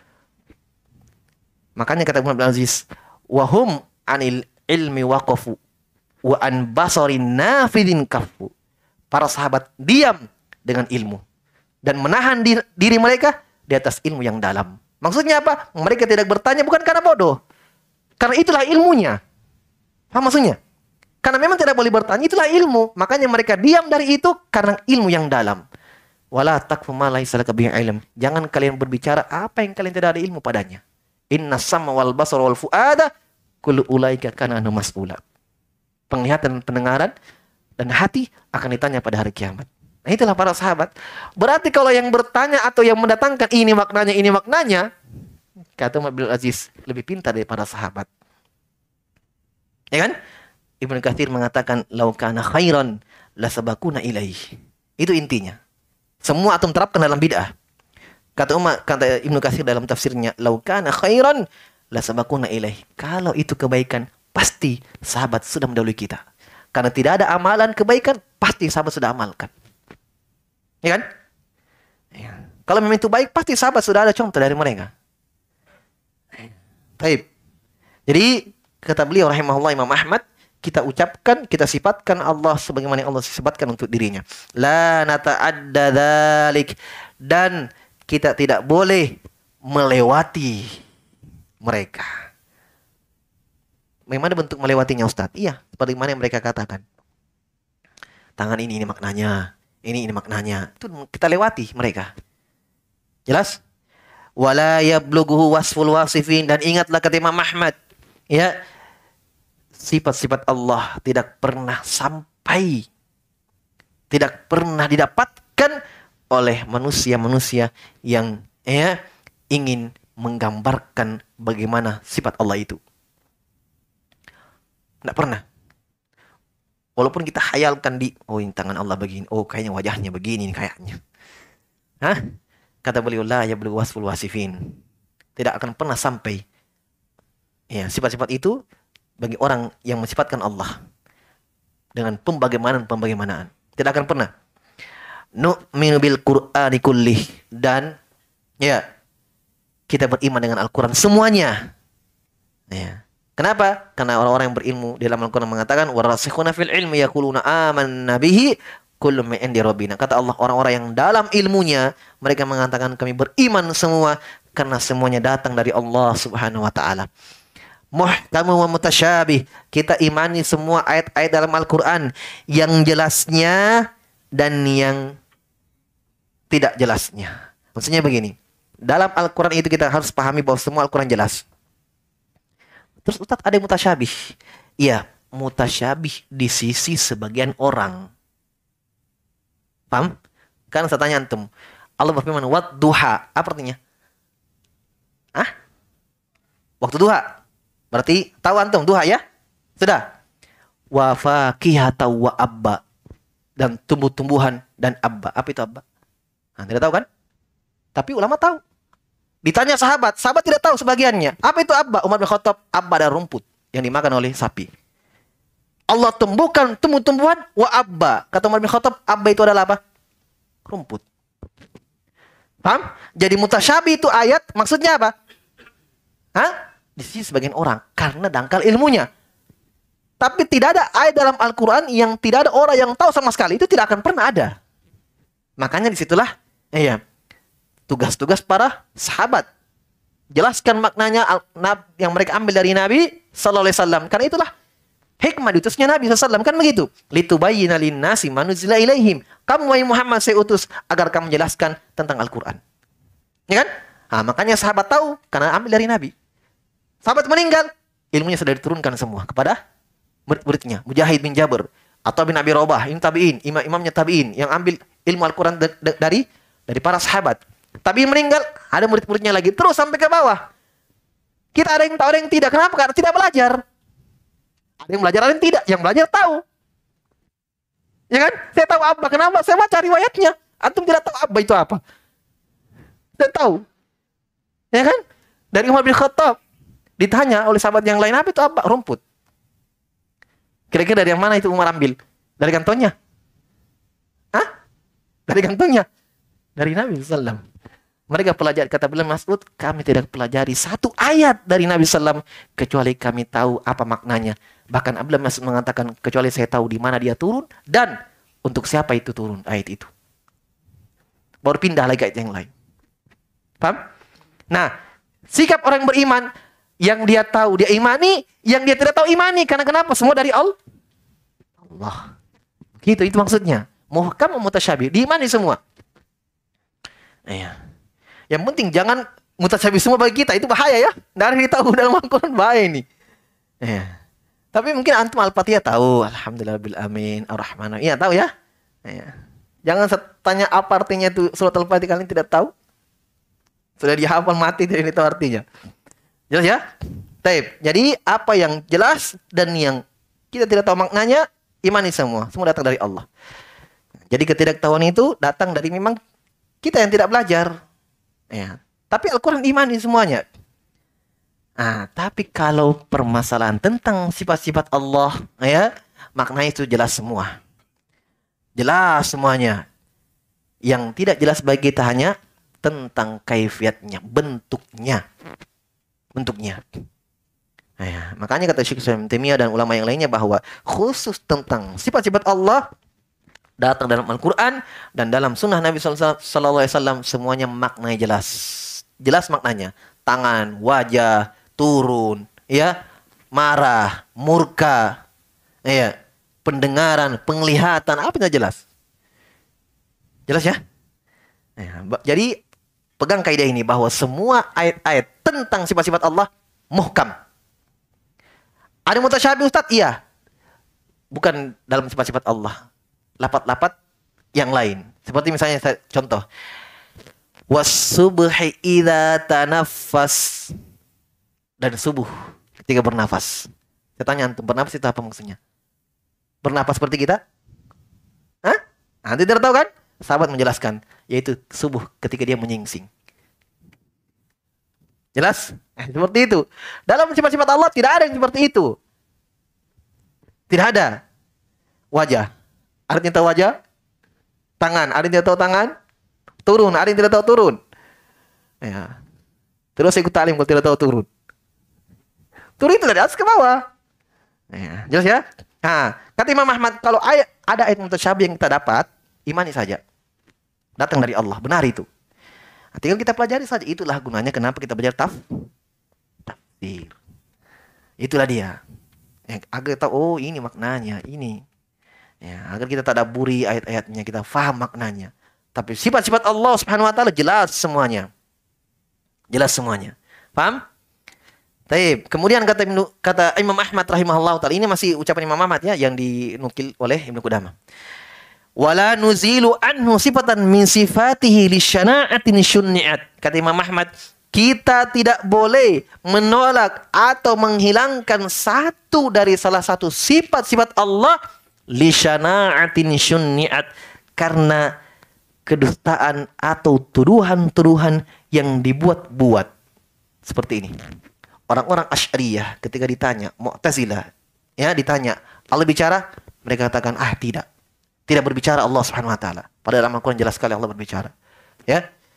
Makanya kata Umar bin Aziz, wahum anil ilmi waqafu wa an basarin nafidin kafu. Para sahabat diam dengan ilmu dan menahan diri mereka di atas ilmu yang dalam. Maksudnya apa? Mereka tidak bertanya bukan karena bodoh. Karena itulah ilmunya. Paham maksudnya? Karena memang tidak boleh bertanya, itulah ilmu. Makanya mereka diam dari itu karena ilmu yang dalam. Wala takfu ma laisa laka bihi ilm. Jangan kalian berbicara apa yang kalian tidak ada ilmu padanya. Inna sama wal basara wal fuada kullu ulaika kana anhu mas'ula. Penglihatan, pendengaran dan hati akan ditanya pada hari kiamat. Nah, itulah para sahabat. Berarti kalau yang bertanya atau yang mendatangkan ini maknanya, kata Umar bin Aziz, lebih pintar daripada sahabat. Ya kan? Ibnu Katsir mengatakan lau kana khairan lasabakuna ilaihi. Itu intinya. Semua atom terapkan dalam bid'ah. Kata Ibnu Katsir dalam tafsirnya, lau kana khairan lasabakuna ilaihi. Kalau itu kebaikan, pasti sahabat sudah mendahului kita. Karena tidak ada amalan kebaikan, pasti sahabat sudah amalkan. Ya kan? Ya. Kalau memang itu baik, pasti sahabat sudah ada contoh dari mereka. Baik. Jadi kata beliau rahimahullah Imam Ahmad, kita ucapkan, kita sifatkan Allah sebagaimana Allah sifatkan untuk dirinya. La nata'adda dzalik, dan kita tidak boleh melewati mereka. Bagaimana bentuk melewatinya Ustaz? Iya, seperti mana yang mereka katakan. Tangan ini maknanya, ini maknanya. Itu kita lewati mereka. Jelas? Wala yablughu wasful wasifin, dan ingatlah kata Imam Ahmad, ya, sifat-sifat Allah tidak pernah sampai, tidak pernah didapatkan oleh manusia-manusia yang ingin menggambarkan bagaimana sifat Allah itu. Tidak pernah. Walaupun kita hayalkan oh ini tangan Allah begini, oh kayaknya wajahnya begini kayaknya. Hah? Kata beliau, la yablughu wasful wasifin. Tidak akan pernah sampai ya sifat-sifat itu bagi orang yang mensifatkan Allah dengan pembagaimanaan. Tidak akan pernah. Nu'minu bil Qur'ani kullih, dan ya kita beriman dengan Al-Qur'an semuanya. Ya. Kenapa? Karena orang-orang yang berilmu di dalam Al-Qur'an mengatakan warasikhuna fil ilmi yaquluna amanna bihi kullu min indi rabbina. Kata Allah, orang-orang yang dalam ilmunya mereka mengatakan kami beriman semua karena semuanya datang dari Allah Subhanahu wa taala. Muhkamu wa mutasyabih, kita imani semua ayat-ayat dalam Al-Qur'an yang jelasnya dan yang tidak jelasnya. Maksudnya begini, dalam Al-Qur'an itu kita harus pahami bahwa semua Al-Qur'an jelas. Terus Ustaz, ada yang mutasyabih. Iya, mutasyabih di sisi sebagian orang. Paham? Kan saya tanya antum, Allah berfirman wat duha, apa artinya? Waktu duha. Berarti tahu antum duha ya? Sudah. Wa faqihata wa abba, dan tumbuh-tumbuhan dan abba. Apa itu abba? Nah, tidak tahu kan? Tapi ulama tahu. Ditanya sahabat tidak tahu sebagiannya. Apa itu abba? Umar bin Khattab, abba adalah rumput yang dimakan oleh sapi. Allah tumbuhkan tumbuh-tumbuhan wa abba. Kata Umar bin Khattab, abba itu adalah apa? Rumput. Paham? Jadi mutasyabih itu ayat maksudnya apa? Hah? Di sisi sebagian orang karena dangkal ilmunya. Tapi tidak ada ayat dalam Al-Quran yang tidak ada orang yang tahu sama sekali. Itu tidak akan pernah ada. Makanya disitulah tugas-tugas para sahabat. Jelaskan maknanya yang mereka ambil dari Nabi Sallallahu Alaihi Wasallam. Karena itulah hikmah diutusnya Nabi SAW. Kan begitu. Litubayyina linnasi ma nuzila ilaihim. Kamu wahai Muhammad saya utus agar kamu menjelaskan tentang Al-Quran. Ya kan? Nah, makanya sahabat tahu karena ambil dari Nabi. Sahabat meninggal, ilmunya sudah diturunkan semua kepada murid-muridnya. Mujahid bin Jabir, atau bin Abi Robah, ini tabi'in, imam-imamnya tabi'in yang ambil ilmu Al-Quran dari para sahabat. Tabi'in meninggal, ada murid-muridnya lagi terus sampai ke bawah. Kita ada yang tahu, ada yang tidak. Kenapa? Karena tidak belajar. Ada yang belajar, ada yang tidak. Yang belajar tahu. Ya kan? Saya tahu apa. Kenapa? Saya baca riwayatnya. Antum tidak tahu apa itu apa. Saya tahu. Ya kan? Dari Umar bin Khattab ditanya oleh sahabat yang lain, apa itu apa? Rumput. Kira-kira dari yang mana itu Umar ambil? Dari kantongnya? Hah? Dari kantongnya? Dari Nabi SAW. Mereka pelajari, kata Ibnu Mas'ud, kami tidak pelajari satu ayat dari Nabi SAW kecuali kami tahu apa maknanya. Bahkan Ibnu Mas'ud mengatakan, kecuali saya tahu di mana dia turun dan untuk siapa itu turun ayat itu. Baru pindah lagi ayat yang lain. Paham? Nah, sikap orang beriman, yang dia tahu dia imani, yang dia tidak tahu imani. Karena kenapa? Semua dari Allah. Gitu, itu maksudnya. Muhkam mutasyabih, diimani semua. Iya. Yang penting jangan mutasyabih semua bagi kita, itu bahaya ya. Dari tahu dalam Al-Quran bahaya ini. Iya. Tapi mungkin antum Al-Fatihah tahu. Alhamdulillah bil amin ar-Rahman. Iya, tahu ya? Iya. Jangan tanya apa artinya itu surat Al-Fatihah, kalian tidak tahu. Sudah dihafal mati dari itu artinya. Jelas ya? Taib. Jadi apa yang jelas dan yang kita tidak tahu maknanya, imani semua. Semua datang dari Allah. Jadi ketidaktahuan itu datang dari memang kita yang tidak belajar. Ya. Tapi Al-Quran imani semuanya. Nah, tapi kalau permasalahan tentang sifat-sifat Allah, ya, maknanya itu jelas semua. Jelas semuanya. Yang tidak jelas bagi kita hanya tentang kaifiatnya, bentuknya. Nah, makanya kata Syekh Islam Taimiyah dan ulama yang lainnya bahwa khusus tentang sifat-sifat Allah datang dalam Al-Quran dan dalam sunnah Nabi Sallallahu Alaihi Wasallam semuanya maknanya jelas. Jelas maknanya. Tangan, wajah, turun, ya, marah, murka, ya, pendengaran, penglihatan, apa itu jelas. Jelas ya? Jadi pegang kaidah ini bahwa semua ayat-ayat tentang sifat-sifat Allah muhkam. Ada mutasyabih Ustaz? Iya. Bukan dalam sifat-sifat Allah. Lapat-lapat yang lain. Seperti misalnya contoh. Was-subhi idza tanaffas. Dan subuh ketika bernafas. Saya tanya antum, bernafas itu apa maksudnya? Bernafas seperti kita? Hah? Antum tidak tahu kan? Sahabat menjelaskan, yaitu subuh ketika dia menyingsing. Jelas? Seperti itu. Dalam sifat-sifat Allah tidak ada yang seperti itu. Tidak ada. Wajah. Ada yang tahu wajah? Tangan. Ada yang tidak tahu tangan? Turun. Ada yang tidak tahu turun? Ya. Terus ikut talim kalau tidak tahu turun. Turun itu dari atas ke bawah. Ya. Jelas ya? Nah, kata Imam Ahmad, kalau ada ayat mutasyabih yang kita dapat, imani saja. Datang dari Allah. Benar itu. Nah, tinggal kita pelajari saja. Itulah gunanya kenapa kita belajar tafsir. Itulah dia. Agar tahu, oh ini maknanya, ini. Ya, agar kita tadabburi ayat-ayatnya, kita faham maknanya. Tapi sifat-sifat Allah Subhanahu wa taala jelas semuanya. Jelas semuanya. Paham? Taib. Kemudian kata Imam Ahmad rahimahullah taala, ini masih ucapan Imam Ahmad ya yang dinukil oleh Ibnu Qudamah. Wala nuzilu anhu sifatan min sifatihi lisyana'atin syunni'at. Kata Imam Ahmad, kita tidak boleh menolak atau menghilangkan satu dari salah satu sifat-sifat Allah lisyana'atin syunni'at, karena kedustaan atau tuduhan-tuduhan yang dibuat-buat. Seperti ini. Orang-orang Asy'ariyah ketika ditanya, Mu'tazilah, ya ditanya, Allah bicara, mereka katakan, tidak berbicara Allah Subhanahu wa taala. Padahal dalam Al-Qur'an jelas sekali Allah berbicara. Ya.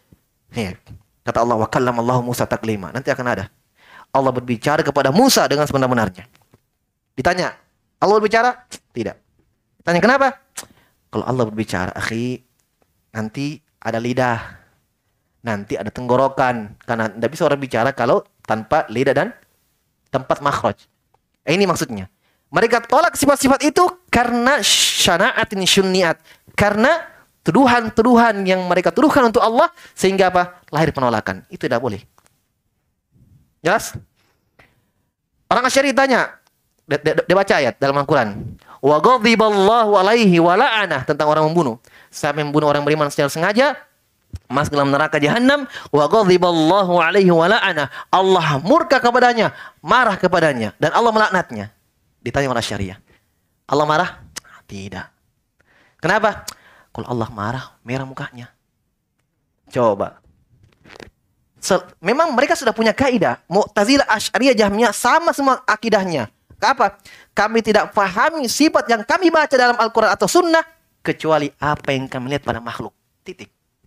Ya. Kata Allah, wa kallamallahu Musa taklima. Nanti akan ada. Allah berbicara kepada Musa dengan sebenar-benarnya. Ditanya, Allah berbicara? Tidak. Tanya kenapa? Kalau Allah berbicara, akhi, nanti ada lidah. Nanti ada tenggorokan. Karena tidak bisa orang bicara kalau tanpa lidah dan tempat makhraj. Ini maksudnya. Mereka tolak sifat-sifat itu karena syana'atin syunniat. Karena tuduhan-tuduhan yang mereka tuduhkan untuk Allah. Sehingga apa? Lahir penolakan. Itu tidak boleh. Jelas? Orang Asy'ari tanya. Dia baca ayat dalam Al-Quran. Wa ghadiballahu alaihi wa la'anah. Tentang orang membunuh. Siapa yang membunuh orang beriman secara sengaja, masuk dalam neraka jahanam. Wa ghadiballahu alaihi wa la'anah. Allah murka kepadanya, marah kepadanya, dan Allah melaknatnya. Ditanya orang Syariah. Allah marah? Tidak. Kenapa? Kalau Allah marah, merah mukanya. Coba. Memang mereka sudah punya kaidah. Mu'tazilah, Asy'ariyah, Jahmiyah sama semua akidahnya. Apa? Kami tidak pahami sifat yang kami baca dalam Al-Quran atau Sunnah kecuali apa yang kami lihat pada makhluk. Titik.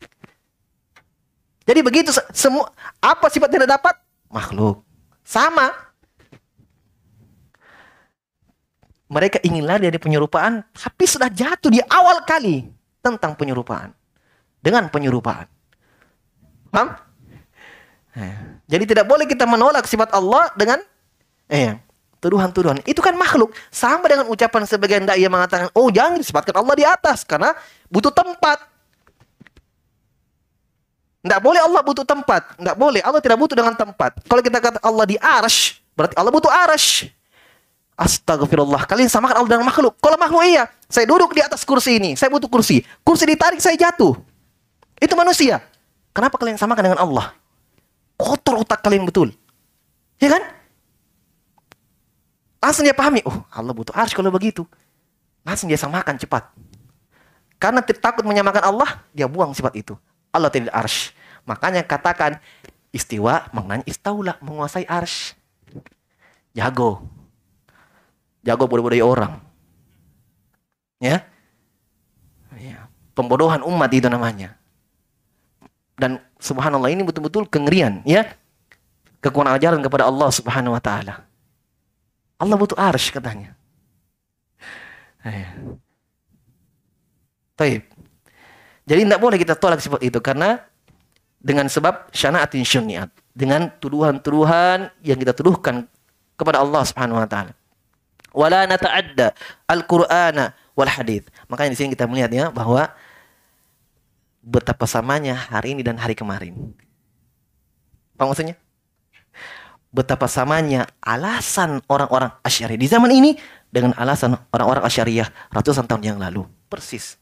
Jadi begitu semua. Apa sifat yang tidak dapat? Makhluk. Sama. Mereka ingin lari dari penyerupaan, tapi sudah jatuh di awal kali tentang penyerupaan. Dengan penyerupaan. Paham? Jadi tidak boleh kita menolak sifat Allah dengan tuduhan-tuduhan. Itu kan makhluk. Sama dengan ucapan sebagian dai yang mengatakan, oh jangan disifatkan Allah di atas, karena butuh tempat. Tidak boleh Allah butuh tempat. Tidak boleh. Allah tidak butuh dengan tempat. Kalau kita kata Allah di arsy, berarti Allah butuh arsy. Astagfirullah. Kalian samakan Allah dengan makhluk. Kalau makhluk iya, saya duduk di atas kursi ini, saya butuh kursi. Kursi ditarik, saya jatuh. Itu manusia. Kenapa kalian samakan dengan Allah? Kotor otak kalian betul. Ya kan? Langsung dia pahami, oh Allah butuh arsy kalau begitu. Langsung dia samakan cepat. Karena takut menyamakan Allah, dia buang sifat itu. Allah tidak arsy. Makanya katakan istiwa maknanya istaula, menguasai arsy. Jago. Jago bodoh-bodohi orang. Ya. Pembodohan umat itu namanya. Dan subhanallah ini betul-betul kengerian, ya. Kekurangan ajaran kepada Allah Subhanahu wa taala. Allah butuh arsy katanya. Baik. Jadi tidak boleh kita tolak sifat itu karena dengan sebab syana'atin syunniat, dengan tuduhan-tuduhan yang kita tuduhkan kepada Allah Subhanahu wa taala. Wala nata'adda al-Qur'ana wal hadits. Makanya di sini kita melihat ya bahwa betapa samanya hari ini dan hari kemarin. Apa maksudnya? Betapa samanya alasan orang-orang Asy'ari di zaman ini dengan alasan orang-orang Asy'ariyah ratusan tahun yang lalu. Persis.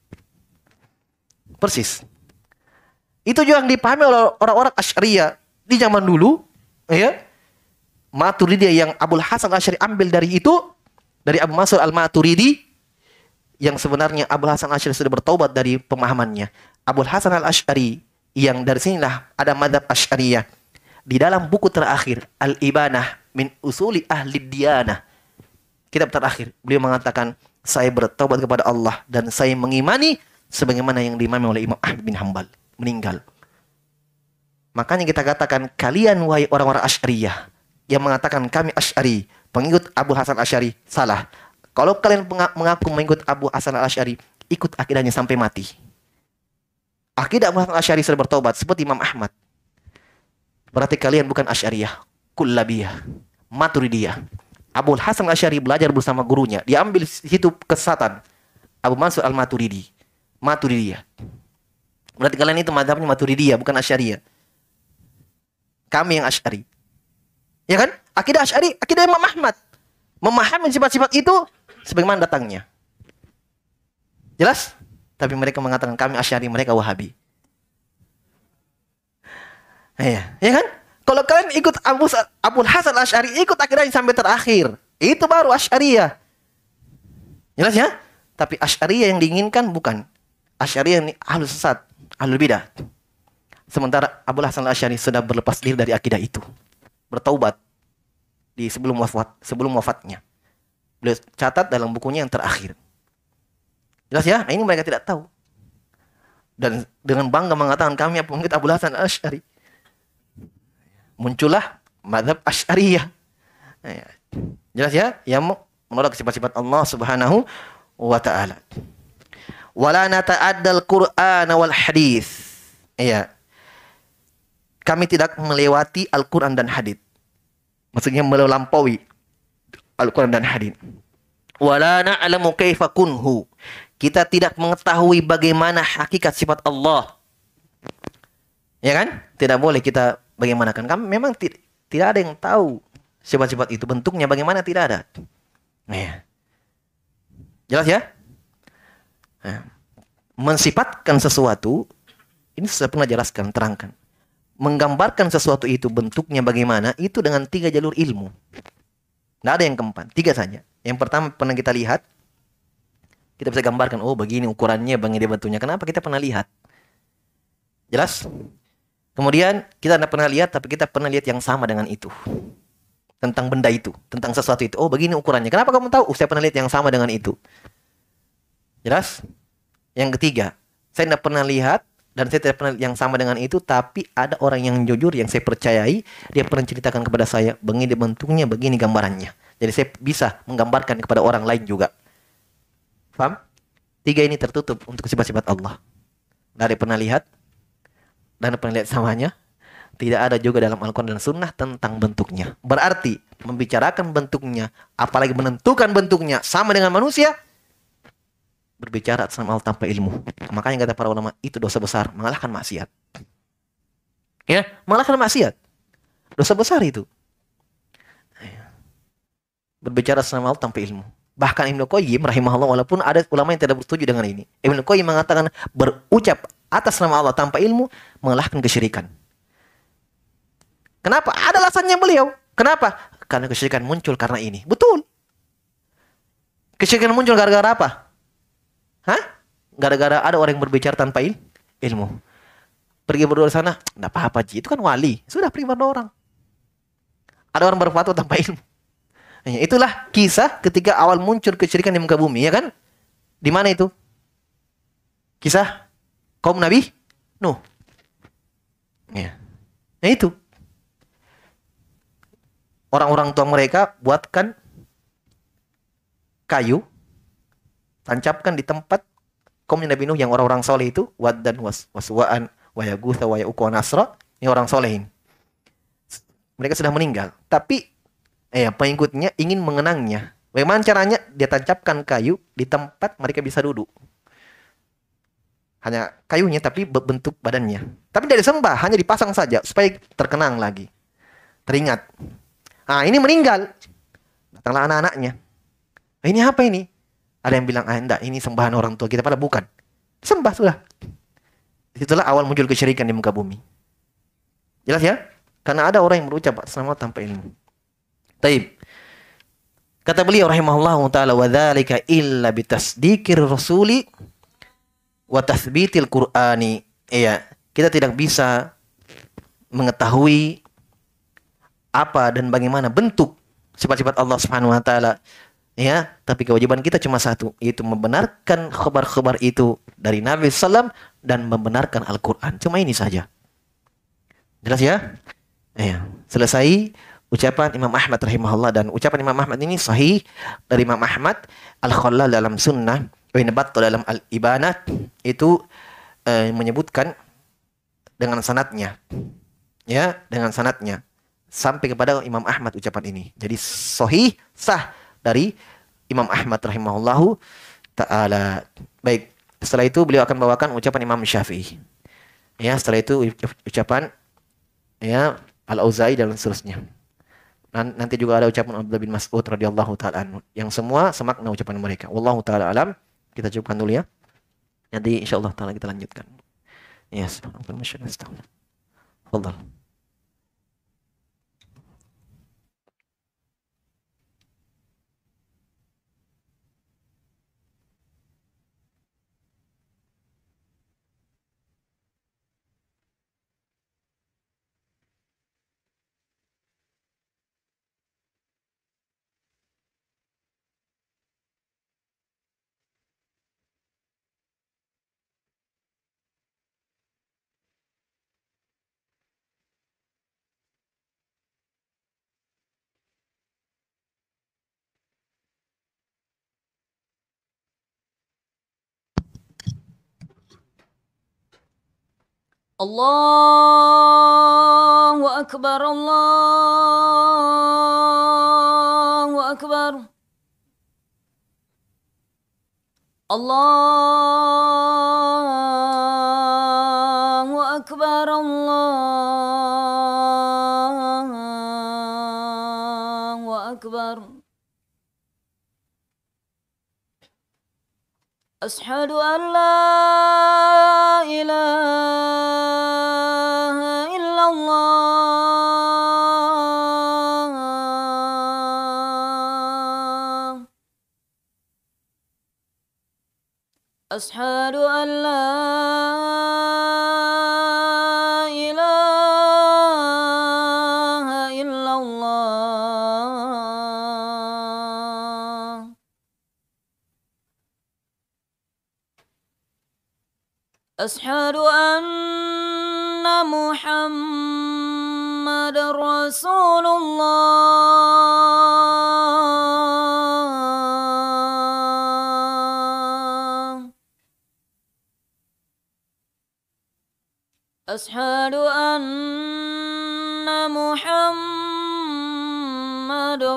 Persis. Itu juga yang dipahami oleh orang-orang Asy'ariyah di zaman dulu, ya. Maturidiyah yang Abul Hasan Asy'ari ambil dari itu, dari Abu Mansur Al-Maturidi, yang sebenarnya Abul Hasan Asy'ari sudah bertaubat dari pemahamannya. Abul Hasan Al-Asy'ari yang dari sinilah ada mazhab Asy'ariyah. Di dalam buku terakhir Al-Ibanah min Usuli Ahli Diyanah, kitab terakhir, beliau mengatakan, saya bertaubat kepada Allah dan saya mengimani sebagaimana yang diimami oleh Imam Ahmad bin Hanbal, meninggal. Makanya kita katakan, kalian wahai orang-orang Asy'ariyah yang mengatakan kami Asy'ari, pengikut Abu Hasan Asy'ari, salah. Kalau kalian mengaku mengikut Abu Hasan Asy'ari, ikut akidahnya sampai mati. Akidah Abu Hasan Asy'ari sudah bertobat seperti Imam Ahmad. Berarti kalian bukan Asy'ariyah, Kullabiyah, Maturidiyah. Abu Hasan Asy'ari belajar bersama gurunya, diambil situ kesesatan. Abu Mansur Al-Maturidi, Maturidiyah. Berarti kalian itu mazhabnya Maturidiyah, bukan Asy'ariyah. Kami yang Asy'ari. Ya kan? Akidah Asy'ari, akidah Imam Ahmad. Memahami sifat-sifat itu sebagaimana datangnya. Jelas? Tapi mereka mengatakan kami Asy'ari, mereka Wahabi. Ya kan? Kalau kalian ikut Abu Hasan Asy'ari, ikut akidahnya sampai terakhir. Itu baru Asy'ariyah. Jelas ya? Tapi Asy'ariyah yang diinginkan bukan. Asy'ariyah ini ahlul sesat, ahlul bidah. Sementara Abu Hasan Asy'ari sudah berlepas diri dari akidah itu. Bertaubat di sebelum wafatnya. Beliau catat dalam bukunya yang terakhir. Jelas ya? Nah, ini mereka tidak tahu. dan dengan bangga mengatakan kami pengikut Abu Hasan Asy'ari. Muncullah mazhab Asy'ariyah. Ya. Jelas ya? Yang menolak sifat-sifat Allah Subhanahu wa taala. Wala nata'addal Qur'an wal hadis. Iya. Kami tidak melewati Al-Qur'an dan hadis. Maksudnya melampaui Al-Qur'an dan hadis. Wala na'lamu kaifa kunhu. Kita tidak mengetahui bagaimana hakikat sifat Allah. Ya kan? Tidak boleh kita bagaimanakan. Kami memang tidak ada yang tahu sifat-sifat itu. Bentuknya bagaimana tidak ada. Ya. Jelas ya? Nah, mensifatkan sesuatu, ini saya pernah jelaskan, terangkan. Menggambarkan sesuatu itu bentuknya bagaimana, itu dengan 3 jalur ilmu. Tidak ada yang keempat, 3 saja. Yang pertama pernah kita lihat, kita bisa gambarkan, oh begini ukurannya, begini bentuknya. Kenapa kita pernah lihat? Jelas? Kemudian kita tidak pernah lihat, tapi kita pernah lihat yang sama dengan itu. Tentang benda itu, tentang sesuatu itu. Oh begini ukurannya. Kenapa kamu tahu? Saya pernah lihat yang sama dengan itu. Jelas? Yang ketiga, saya tidak pernah lihat, dan saya tidak pernah yang sama dengan itu, tapi ada orang yang jujur, yang saya percayai, dia pernah ceritakan kepada saya, begini bentuknya, begini gambarannya. Jadi saya bisa menggambarkan kepada orang lain juga. Paham? 3 ini tertutup untuk sifat-sifat Allah. Tidak ada yang pernah lihat, dan pernah lihat samanya. Tidak ada juga dalam Al-Quran dan Sunnah tentang bentuknya. Berarti membicarakan bentuknya, apalagi menentukan bentuknya sama dengan manusia, berbicara atas nama Allah tanpa ilmu. Makanya kata para ulama, itu dosa besar, mengalahkan maksiat. Ya, mengalahkan maksiat. Dosa besar itu. Berbicara atas nama Allah tanpa ilmu. Bahkan Ibnu Qayyim rahimahullah, walaupun ada ulama yang tidak setuju dengan ini, Ibnu Qayyim mengatakan berucap atas nama Allah tanpa ilmu mengalahkan kesyirikan. Kenapa? Ada alasannya beliau. Kenapa? Karena kesyirikan muncul karena ini. Betul. Kesyirikan muncul gara-gara apa? Hah? Gara-gara ada orang yang berbicara tanpa ilmu. Pergi berdoa di sana, enggak apa-apa Ji, itu kan wali. Sudah pergi berdoa orang. Ada orang berfatwa tanpa ilmu. Itulah kisah ketika awal muncul kesyirikan di muka bumi, ya kan? Di mana itu? Kisah kaum Nabi Nuh. Ya. Nah itu. Orang-orang tua mereka buatkan kayu, tancapkan di tempat kaum Nabi Nuh yang orang-orang soleh itu, Waddan, Waswa'an, wa Yaghutsa, wa Ya'uq, wa Nasra, ini orang solehin. Mereka sudah meninggal, tapi pengikutnya ingin mengenangnya. Bagaimana caranya? Dia tancapkan kayu di tempat mereka bisa duduk. Hanya kayunya tapi bentuk badannya. Tapi tidak disembah, hanya dipasang saja supaya terkenang lagi. Teringat. Ah, ini meninggal. Datanglah anak-anaknya. Ini apa ini? Ada yang bilang, enggak, ini sembahan orang tua kita. Padahal bukan. Sembah sudah. Itulah awal muncul kesyirikan di muka bumi. Jelas ya? Karena ada orang yang berucap atas nama tanpa ilmu. Taib. Kata beliau rahimahullah ta'ala, wa dzalika illa bitasdikir rasuli wa tathbitil qur'ani. Iya, kita tidak bisa mengetahui apa dan bagaimana bentuk sifat-sifat Allah Subhanahu wa taala. Ya, tapi kewajiban kita cuma satu, yaitu membenarkan khabar-khabar itu dari Nabi sallam dan membenarkan Al-Qur'an. Cuma ini saja. Jelas ya? Iya, selesai ucapan Imam Ahmad rahimahullah, dan ucapan Imam Ahmad ini sahih dari Imam Ahmad. Al-Khallal dalam Sunnah, Ibn Battah dalam Al-Ibanat itu menyebutkan dengan sanadnya. Ya, dengan sanadnya sampai kepada Imam Ahmad ucapan ini. Jadi sahih, sah dari Imam Ahmad rahimahullahu ta'ala. Baik, setelah itu beliau akan bawakan ucapan Imam Syafi'i. Ya, setelah itu ucapan ya Al-Auza'i dan seterusnya. Nanti juga ada ucapan Abdullah bin Mas'ud radhiyallahu taala anhu, yang semua semakna ucapan mereka. Wallahu taala alam. Kita cukupkan dulu ya. Nanti insyaallah taala kita lanjutkan. Ya, subhanallah. Fadhal. Allahu Akbar, Allahu Akbar. Allahu Akbar, Allahu Akbar. Ashhadu an la ilaha illallah. Ashhadu an la ilaha illallah. Ashhadu anna Muhammadar Rasulullah. Ashhadu anna Muhammadar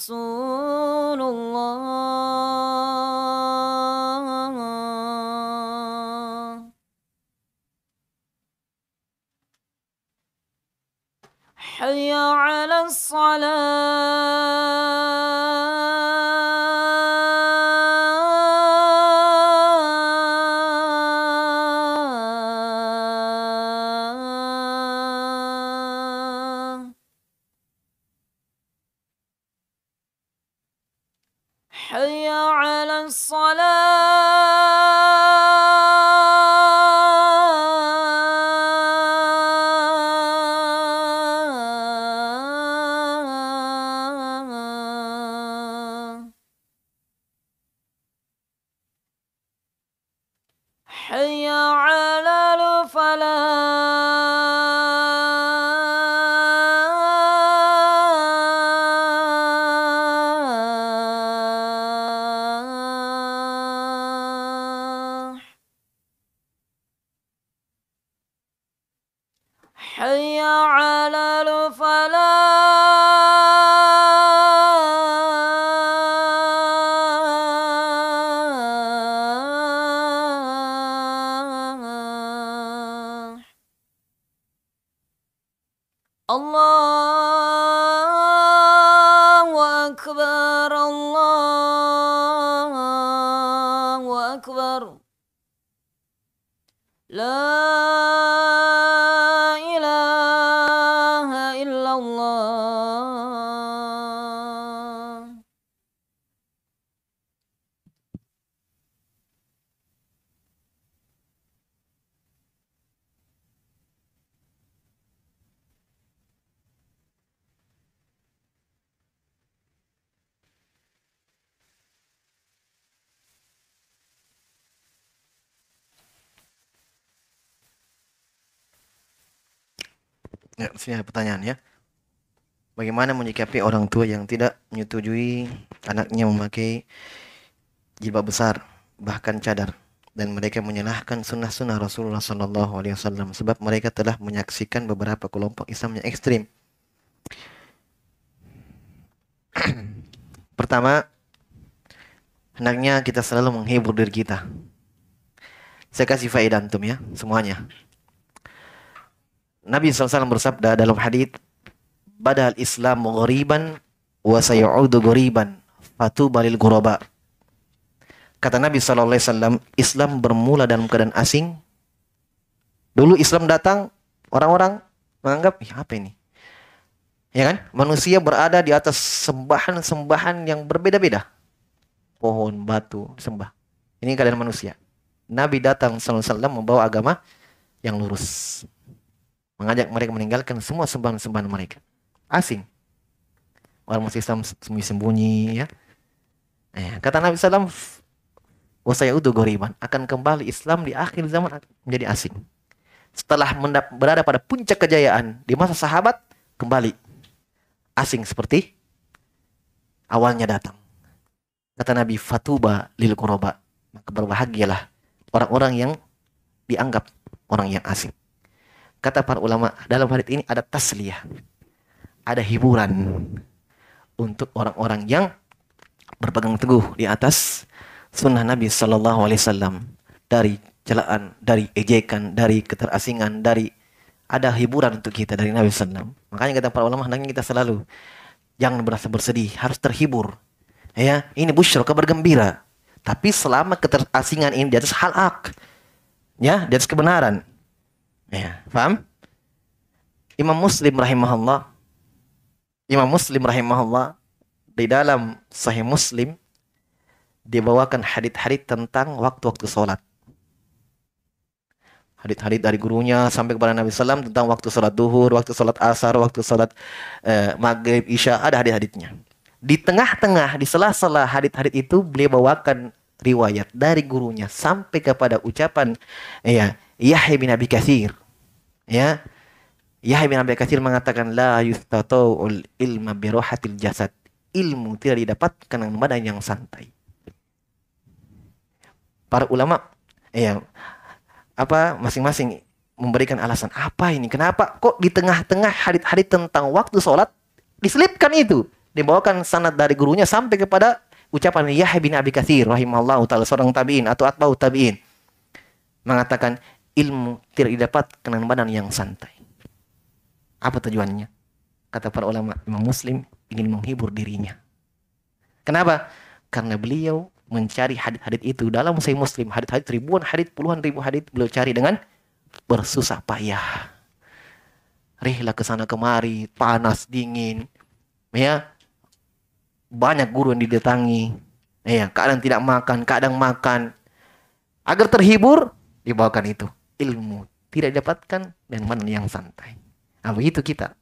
Rasulullah. Hayya 'alas salah. Hayya 'alas salah. Hayya 'alal falah. Hayya 'alal falah. Allahu Akbar, Allahu Akbar. La ilaha illallah. Ya, sini ada pertanyaan ya. Bagaimana menyikapi orang tua yang tidak menyetujui anaknya memakai jilbab besar, bahkan cadar, dan mereka menyalahkan sunnah-sunnah Rasulullah SAW sebab mereka telah menyaksikan beberapa kelompok Islam yang ekstrim. Pertama, hendaknya kita selalu menghibur diri kita. Saya kasih faedah antum ya, semuanya. Nabi SAW bersabda dalam hadits, "Badal Islam ghoriban wa sayaudu ghoriban, fatuba lil ghuraba." Kata Nabi SAW, Islam bermula dalam keadaan asing. Dulu Islam datang, orang-orang menganggap, apa ini? Ya kan? Manusia berada di atas sembahan-sembahan yang berbeda-beda. Pohon, batu, sembah. Ini keadaan manusia. Nabi datang SAW membawa agama yang lurus. Mengajak mereka meninggalkan semua sembahan-sembahan mereka. Asing. Orang masih Islam sembunyi-sembunyi ya. Kata Nabi SAW, wasayudu ghoriban, akan kembali Islam di akhir zaman menjadi asing. Setelah berada pada puncak kejayaan di masa sahabat, kembali asing seperti awalnya datang. Kata Nabi, fatuba lil ghuraba, maka berbahagialah orang-orang yang dianggap orang yang asing. Kata para ulama, dalam hadits ini ada tasliyah, ada hiburan untuk orang-orang yang berpegang teguh di atas sunnah Nabi Sallallahu Alaihi Wasallam, dari celaan, dari ejekan, dari keterasingan, dari ada hiburan untuk kita dari Nabi Sallam. Makanya kata para ulama, hendaknya kita selalu jangan berasa bersedih, harus terhibur. Ya, ini busyra, kabar gembira. Tapi selama keterasingan ini di atas hal-hak, ya, di atas kebenaran. Ya, paham? Imam Muslim rahimahullah di dalam Sahih Muslim dibawakan hadits-hadits tentang waktu-waktu sholat. Hadits-hadits dari gurunya sampai kepada Nabi SAW tentang waktu sholat duhur, waktu sholat asar, waktu sholat maghrib, isya, ada hadits-haditsnya. Di tengah-tengah, di sela-sela hadits-hadits itu, beliau bawakan riwayat dari gurunya sampai kepada ucapan Yahya bin Abi Katsir. Ya, Yahya bin Abi Katsir mengatakan, la yustata'ul ilma birohatil jasad. Ilmu tidak didapatkan dengan badan yang santai. Para ulama masing-masing memberikan alasan, apa ini? Kenapa kok di tengah-tengah hadits-hadits tentang waktu sholat diselipkan itu? Dibawakan sanad dari gurunya sampai kepada ucapan Yahya bin Abi Katsir rahimahullah ta'ala, seorang tabi'in atau atba'u tabi'in, mengatakan ilmu tidak didapatkan dengan badan yang santai. Apa tujuannya? Kata para ulama, Imam Muslim ingin menghibur dirinya. Kenapa? Karena beliau mencari hadits-hadits itu dalam Sahih Muslim, hadits-hadits ribuan hadits, puluhan ribu hadits beliau cari dengan bersusah payah. Rihlah ke sana kemari, panas dingin, ya. Banyak guru yang didatangi, ya, kadang tidak makan, kadang makan. Agar terhibur, dibawakan itu. Ilmu tidak didapatkan dengan badan yang santai. Nah, begitu kita.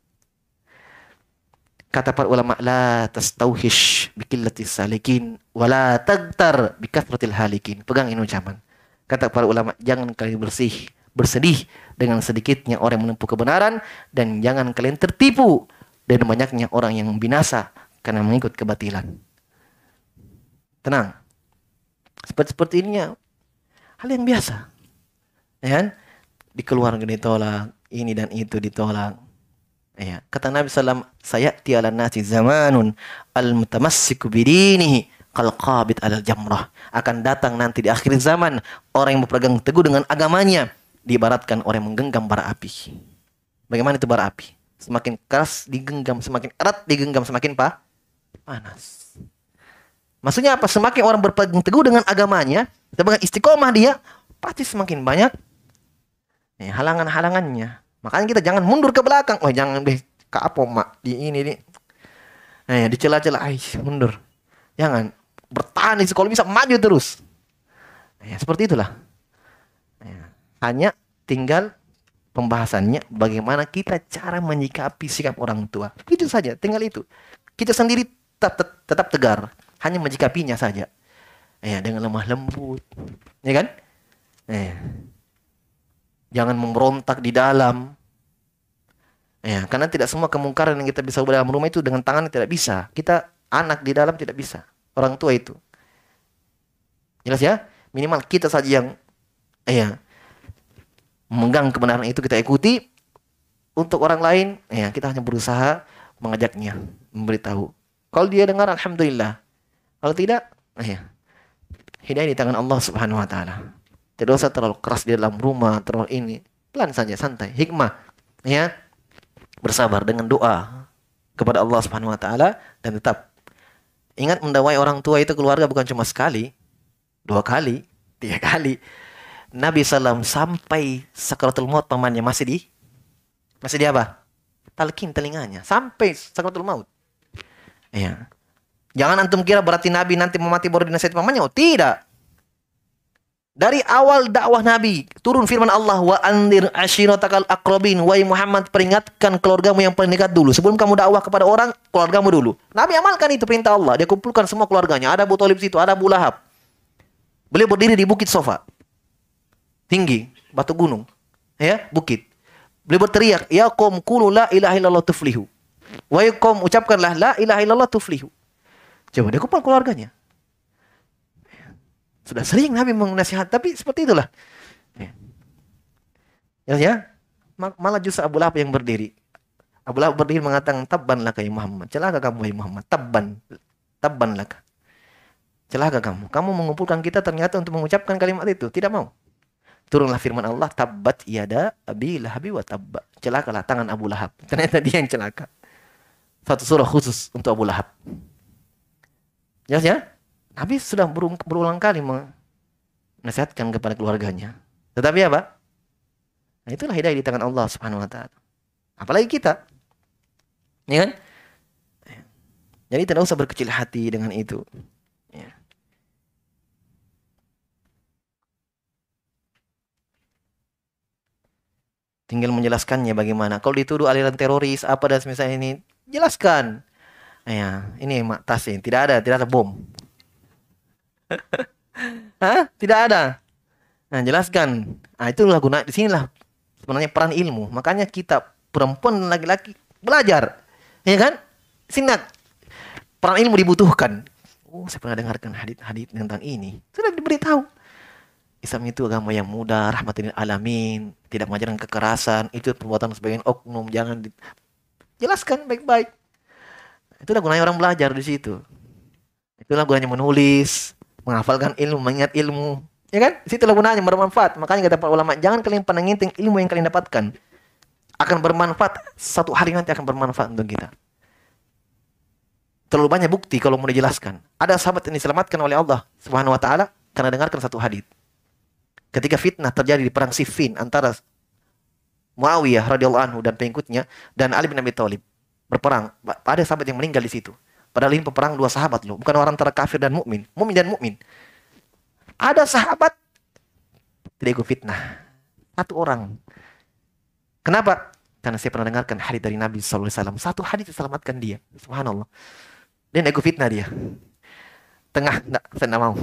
Kata para ulama, la tastauhish biqillatis salikin wala tagtar bikathratil halikin. Pegang ini ucapan. Kata para ulama, jangan kalian bersedih dengan sedikitnya orang yang menempuh kebenaran, dan jangan kalian tertipu dengan banyaknya orang yang binasa karena mengikut kebatilan. Tenang. Seperti ininya hal yang biasa. Ya kan? Di keluarga ditolak, ini dan itu ditolak. Ya, kata Nabi SAW, sayati ala nasi zamanun al-mutamassiku bidinihi qalqabit alal jamrah. Akan datang nanti di akhir zaman orang yang berpegang teguh dengan agamanya diibaratkan orang yang menggenggam bara api. Bagaimana itu bara api? Semakin keras digenggam, semakin erat digenggam, semakin panas. Maksudnya apa? Semakin orang berpegang teguh dengan agamanya, dengan istiqomah dia, pasti semakin banyak halangan-halangannya. Makanya kita jangan mundur ke belakang. Oh, jangan deh kapok mak di ini nih. Dicela-cela, mundur. Jangan bertahan, kalau bisa maju terus. Seperti itulah. Hanya tinggal pembahasannya bagaimana kita cara menyikapi sikap orang tua. Itu saja, tinggal itu. Kita sendiri tetap tegar, hanya menyikapinya saja. Dengan lemah lembut. Ya kan? Jangan memberontak di dalam. Karena tidak semua kemungkaran yang kita bisa ubah dalam rumah itu dengan tangan tidak bisa. Kita anak di dalam tidak bisa. Orang tua itu. Jelas ya? Minimal kita saja yang memegang kebenaran itu kita ikuti. Untuk orang lain, kita hanya berusaha mengajaknya, memberitahu. Kalau dia dengar, alhamdulillah. Kalau tidak, hidayah di tangan Allah Subhanahu wa taala. Tidak usah terlalu keras di dalam rumah, terlalu ini. Pelan saja, santai, hikmah. Bersabar dengan doa kepada Allah Subhanahu wa taala, dan tetap ingat mendakwai orang tua itu keluarga bukan cuma sekali, 2 kali, 3 kali. Nabi SAW sampai sakaratul maut pamannya masih di apa? Talqin telinganya sampai sakaratul maut. Jangan antum kira berarti Nabi nanti mau mati baru dinasihati pamannya. Oh, tidak. Dari awal dakwah Nabi, turun firman Allah, wa anzir ashiratakal aqrabin, wahai Muhammad, peringatkan keluargamu yang paling dekat dulu. Sebelum kamu dakwah kepada orang, keluargamu dulu. Nabi amalkan itu perintah Allah. Dia kumpulkan semua keluarganya. Ada Abu Thalib situ, ada Abu Lahab. Beliau berdiri di bukit Sofa. Tinggi, batu gunung. Bukit. Beliau berteriak, ya qaum qulu la ilaha illallah tuflihu. Wahai kaum, ucapkanlah la ilaha illallah tuflihu. Coba dia kumpul keluarganya. Sudah sering Nabi menasihat, tapi seperti itulah. Ya. Malah justru Abu Lahab yang berdiri. Abu Lahab berdiri mengatakan, tabban laka ya Muhammad. Celaka kamu ya Muhammad. Tabban laka. Celaka kamu. Kamu mengumpulkan kita ternyata untuk mengucapkan kalimat itu. Tidak mau. Turunlah firman Allah, tabbat yada abi lahabi wa tabba. Celakalah tangan Abu Lahab. Ternyata dia yang celaka. Satu surah khusus untuk Abu Lahab. Jelas ya? Nabi sudah berulang kali menasihatkan kepada keluarganya. Tetapi apa? Nah, itulah hidayah di tangan Allah Subhanahu wa taala. Apalagi kita. Ya kan? Jadi tidak usah berkecil hati dengan itu. Ya. Tinggal menjelaskannya bagaimana. Kalau dituduh aliran teroris apa dan misalnya ini, jelaskan. Ya, ini tas ini tidak ada bom. Hah? Tidak ada. Nah, jelaskan. Nah, itulah guna di sinilah sebenarnya peran ilmu. Makanya kita perempuan dan laki-laki belajar. Ya kan? Sini peran ilmu dibutuhkan. Oh, saya pernah dengarkan hadits tentang ini. Sudah diberitahu. Islam itu agama yang mudah, rahmatil alamin, tidak mengajarkan kekerasan, itu perbuatan sebagian oknum, jangan jelaskan baik-baik. Itulah gunanya orang belajar di situ. Itulah gunanya menulis, menghafalkan ilmu, mengingat ilmu. Ya kan? Situlah gunanya bermanfaat. Makanya kata para ulama, jangan kalian pandang enteng ilmu yang kalian dapatkan. Akan bermanfaat, satu hari nanti akan bermanfaat untuk kita. Terlalu banyak bukti kalau mau dijelaskan. Ada sahabat yang diselamatkan oleh Allah Subhanahu wa taala karena dengarkan satu hadits. Ketika fitnah terjadi di perang Siffin antara Muawiyah radhiyallahu anhu dan pengikutnya dan Ali bin Abi Thalib berperang, ada sahabat yang meninggal di situ. Padahal ini peperang dua sahabat loh, bukan orang antara kafir dan mukmin, mukmin dan mukmin. Ada sahabat tidak ikut fitnah. Satu orang. Kenapa? Karena saya pernah dengarkan hadits dari Nabi sallallahu alaihi wasallam. Satu hadits diselamatkan dia. Subhanallah. Dia tidak ikut fitnah dia. Tengah, enggak, saya tidak mau.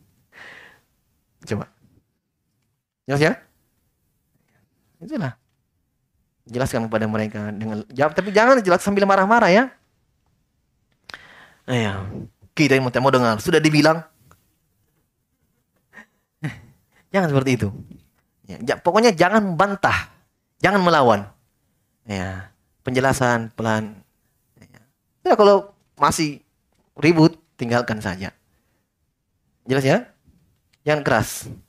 Coba. Jelas ya? Itulah. Jelaskan kepada mereka dengan jawab, tapi jangan jelas sambil marah-marah ya. Ya, kita yang mau dengar sudah dibilang. Jangan seperti itu. Ya, pokoknya jangan membantah, jangan melawan. Ya, penjelasan pelan. Ya, kalau masih ribut tinggalkan saja. Jelas ya? Jangan keras.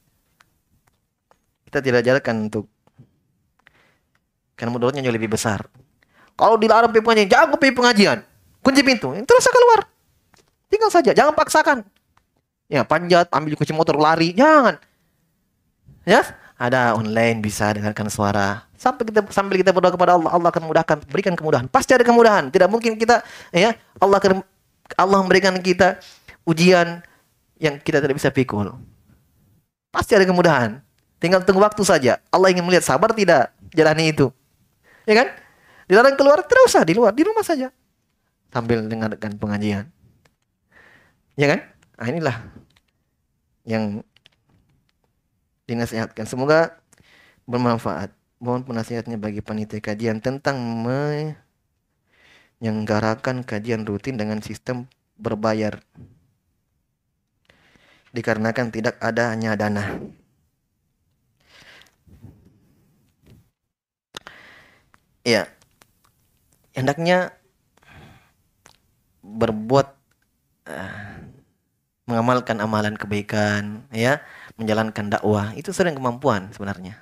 Kita tidak ajarkan untuk karena mudaratnya jauh lebih besar. Kalau dilarang pergi pengajian, jangan pergi pengajian. Kunci pintu, terus keluar. Tinggal saja, jangan paksakan. Ya, panjat, ambil kunci motor, lari, jangan. Ya, ada online bisa dengarkan suara. Sambil kita berdoa kepada Allah, Allah akan mudahkan, berikan kemudahan. Pasti ada kemudahan. Tidak mungkin kita ya, Allah memberikan kita ujian yang kita tidak bisa pikul. Pasti ada kemudahan. Tinggal tunggu waktu saja. Allah ingin melihat sabar tidak jalani itu. Ya kan? Dilarang keluar, tidak usah di luar, di rumah saja. Sambil dengarkan pengajian. Ya kan? Nah, inilah yang dinasihatkan. Semoga bermanfaat. Mohon penasihatnya bagi panitia kajian tentang menyelenggarakan kajian rutin dengan sistem berbayar. Dikarenakan tidak adanya dana. Ya, hendaknya berbuat mengamalkan amalan kebaikan, ya, menjalankan dakwah itu sering kemampuan sebenarnya,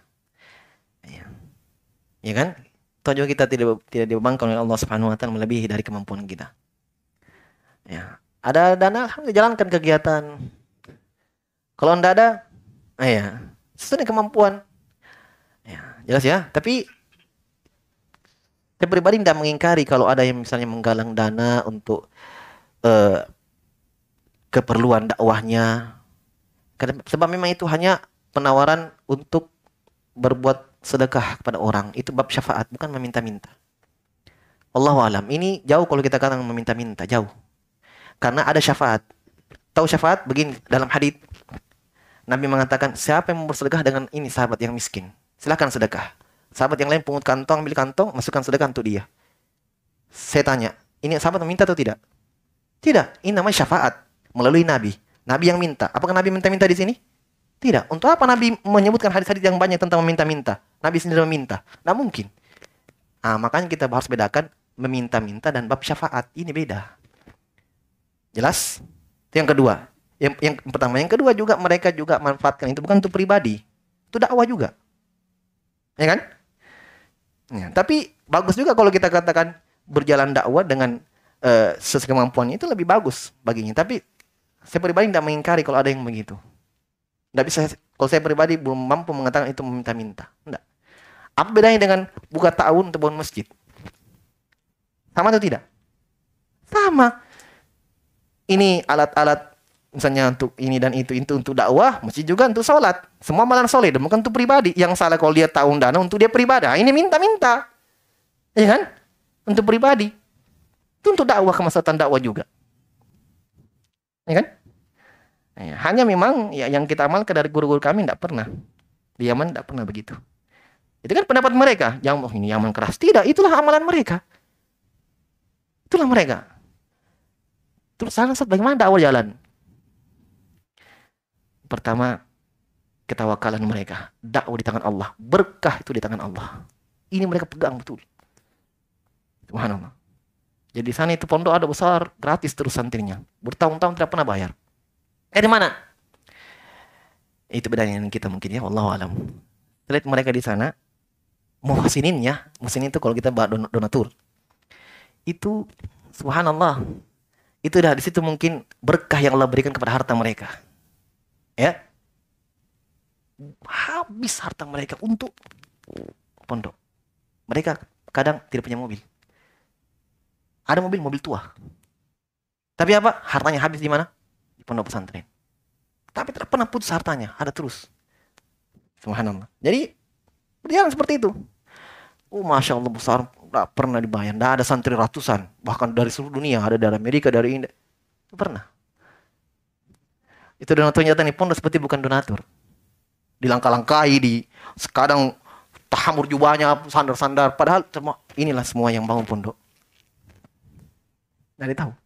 ya kan? Tujuan kita tidak dibebankan oleh Allah Subhanahu Wa Taala melebihi dari kemampuan kita. Ya, ada dana, jalankan kegiatan. Kalau tidak ada, ya, sesuai kemampuan. Ya, jelas ya. Tapi saya pribadi tidak mengingkari kalau ada yang misalnya menggalang dana untuk keperluan dakwahnya. Sebab memang itu hanya penawaran untuk berbuat sedekah kepada orang. Itu bab syafaat, bukan meminta-minta. Allahu alam. Ini jauh kalau kita katakan meminta-minta, jauh. Karena ada syafaat. Tahu syafaat? Begini dalam hadits Nabi mengatakan, siapa yang bersedekah dengan ini sahabat yang miskin, silakan sedekah. Sahabat yang lain pungut kantong, ambil kantong, masukkan sedekah untuk dia. Saya tanya, ini sahabat meminta atau tidak? Tidak, ini namanya syafaat melalui Nabi. Nabi yang minta. Apakah Nabi minta-minta di sini? Tidak. Untuk apa Nabi menyebutkan hadis-hadis yang banyak tentang meminta-minta? Nabi sendiri meminta. Nggak mungkin. Nah, makanya kita harus bedakan meminta-minta dan bab syafaat. Ini beda. Jelas? Itu yang kedua. Yang pertama. Yang kedua juga mereka juga manfaatkan itu bukan untuk pribadi. Itu dakwah juga. Ya kan? Ya, tapi bagus juga kalau kita katakan berjalan dakwah dengan sesuai kemampuannya itu lebih bagus baginya. Tapi saya pribadi tidak mengingkari kalau ada yang begitu. Tidak bisa, kalau saya pribadi belum mampu mengatakan itu meminta-minta. Tidak. Apa bedanya dengan buka ta'awun untuk bangun masjid? Sama atau tidak? Sama. Ini alat-alat misalnya untuk ini dan itu untuk dakwah, masjid juga untuk sholat. Semua amalan soleh, dan bukan untuk pribadi. Yang salah kalau dia ta'awun dana untuk dia pribadi. Ini minta-minta. Ya kan? Untuk pribadi. Itu untuk dakwah, kemaslahatan dakwah juga. Ya kan? Ya, hanya memang ya, yang kita amalkan dari guru-guru kami tidak pernah. Di Yaman tidak pernah begitu. Itu kan pendapat mereka. Yang ini Yaman keras. Tidak, itulah amalan mereka. Itulah mereka. Terus bagaimana dakwah jalan? Pertama, ketawakalan mereka. Dakwah di tangan Allah. Berkah itu di tangan Allah. Ini mereka pegang betul. Subhanallah. Jadi di sana itu pondok ada besar, gratis terus santrinya. Bertahun-tahun tidak pernah bayar. Di mana? Itu bedanya dengan kita mungkin ya, wallahu alam. Lihat mereka di sana, muhsinin ya. Muhsinin itu kalau kita bahas donatur. Itu subhanallah. Itu dah di situ mungkin berkah yang Allah berikan kepada harta mereka. Ya. Habis harta mereka untuk pondok. Mereka kadang tidak punya mobil. Ada mobil tua. Tapi apa? Hartanya habis di mana? Di pondok pesantren. Tapi tidak pernah putus hartanya, ada terus. Subhanallah. Jadi berjalan seperti itu. Masya Allah besar, tidak pernah dibayar. Tidak ada santri ratusan, bahkan dari seluruh dunia, ada dari Amerika, dari India. Tidak pernah. Itu donatur nyata nih, pondok seperti bukan donatur. Dilangkah-langkahi, kadang tahamur jubahnya, sandar-sandar. Padahal inilah semua yang bangun pondok. Nggak tahu.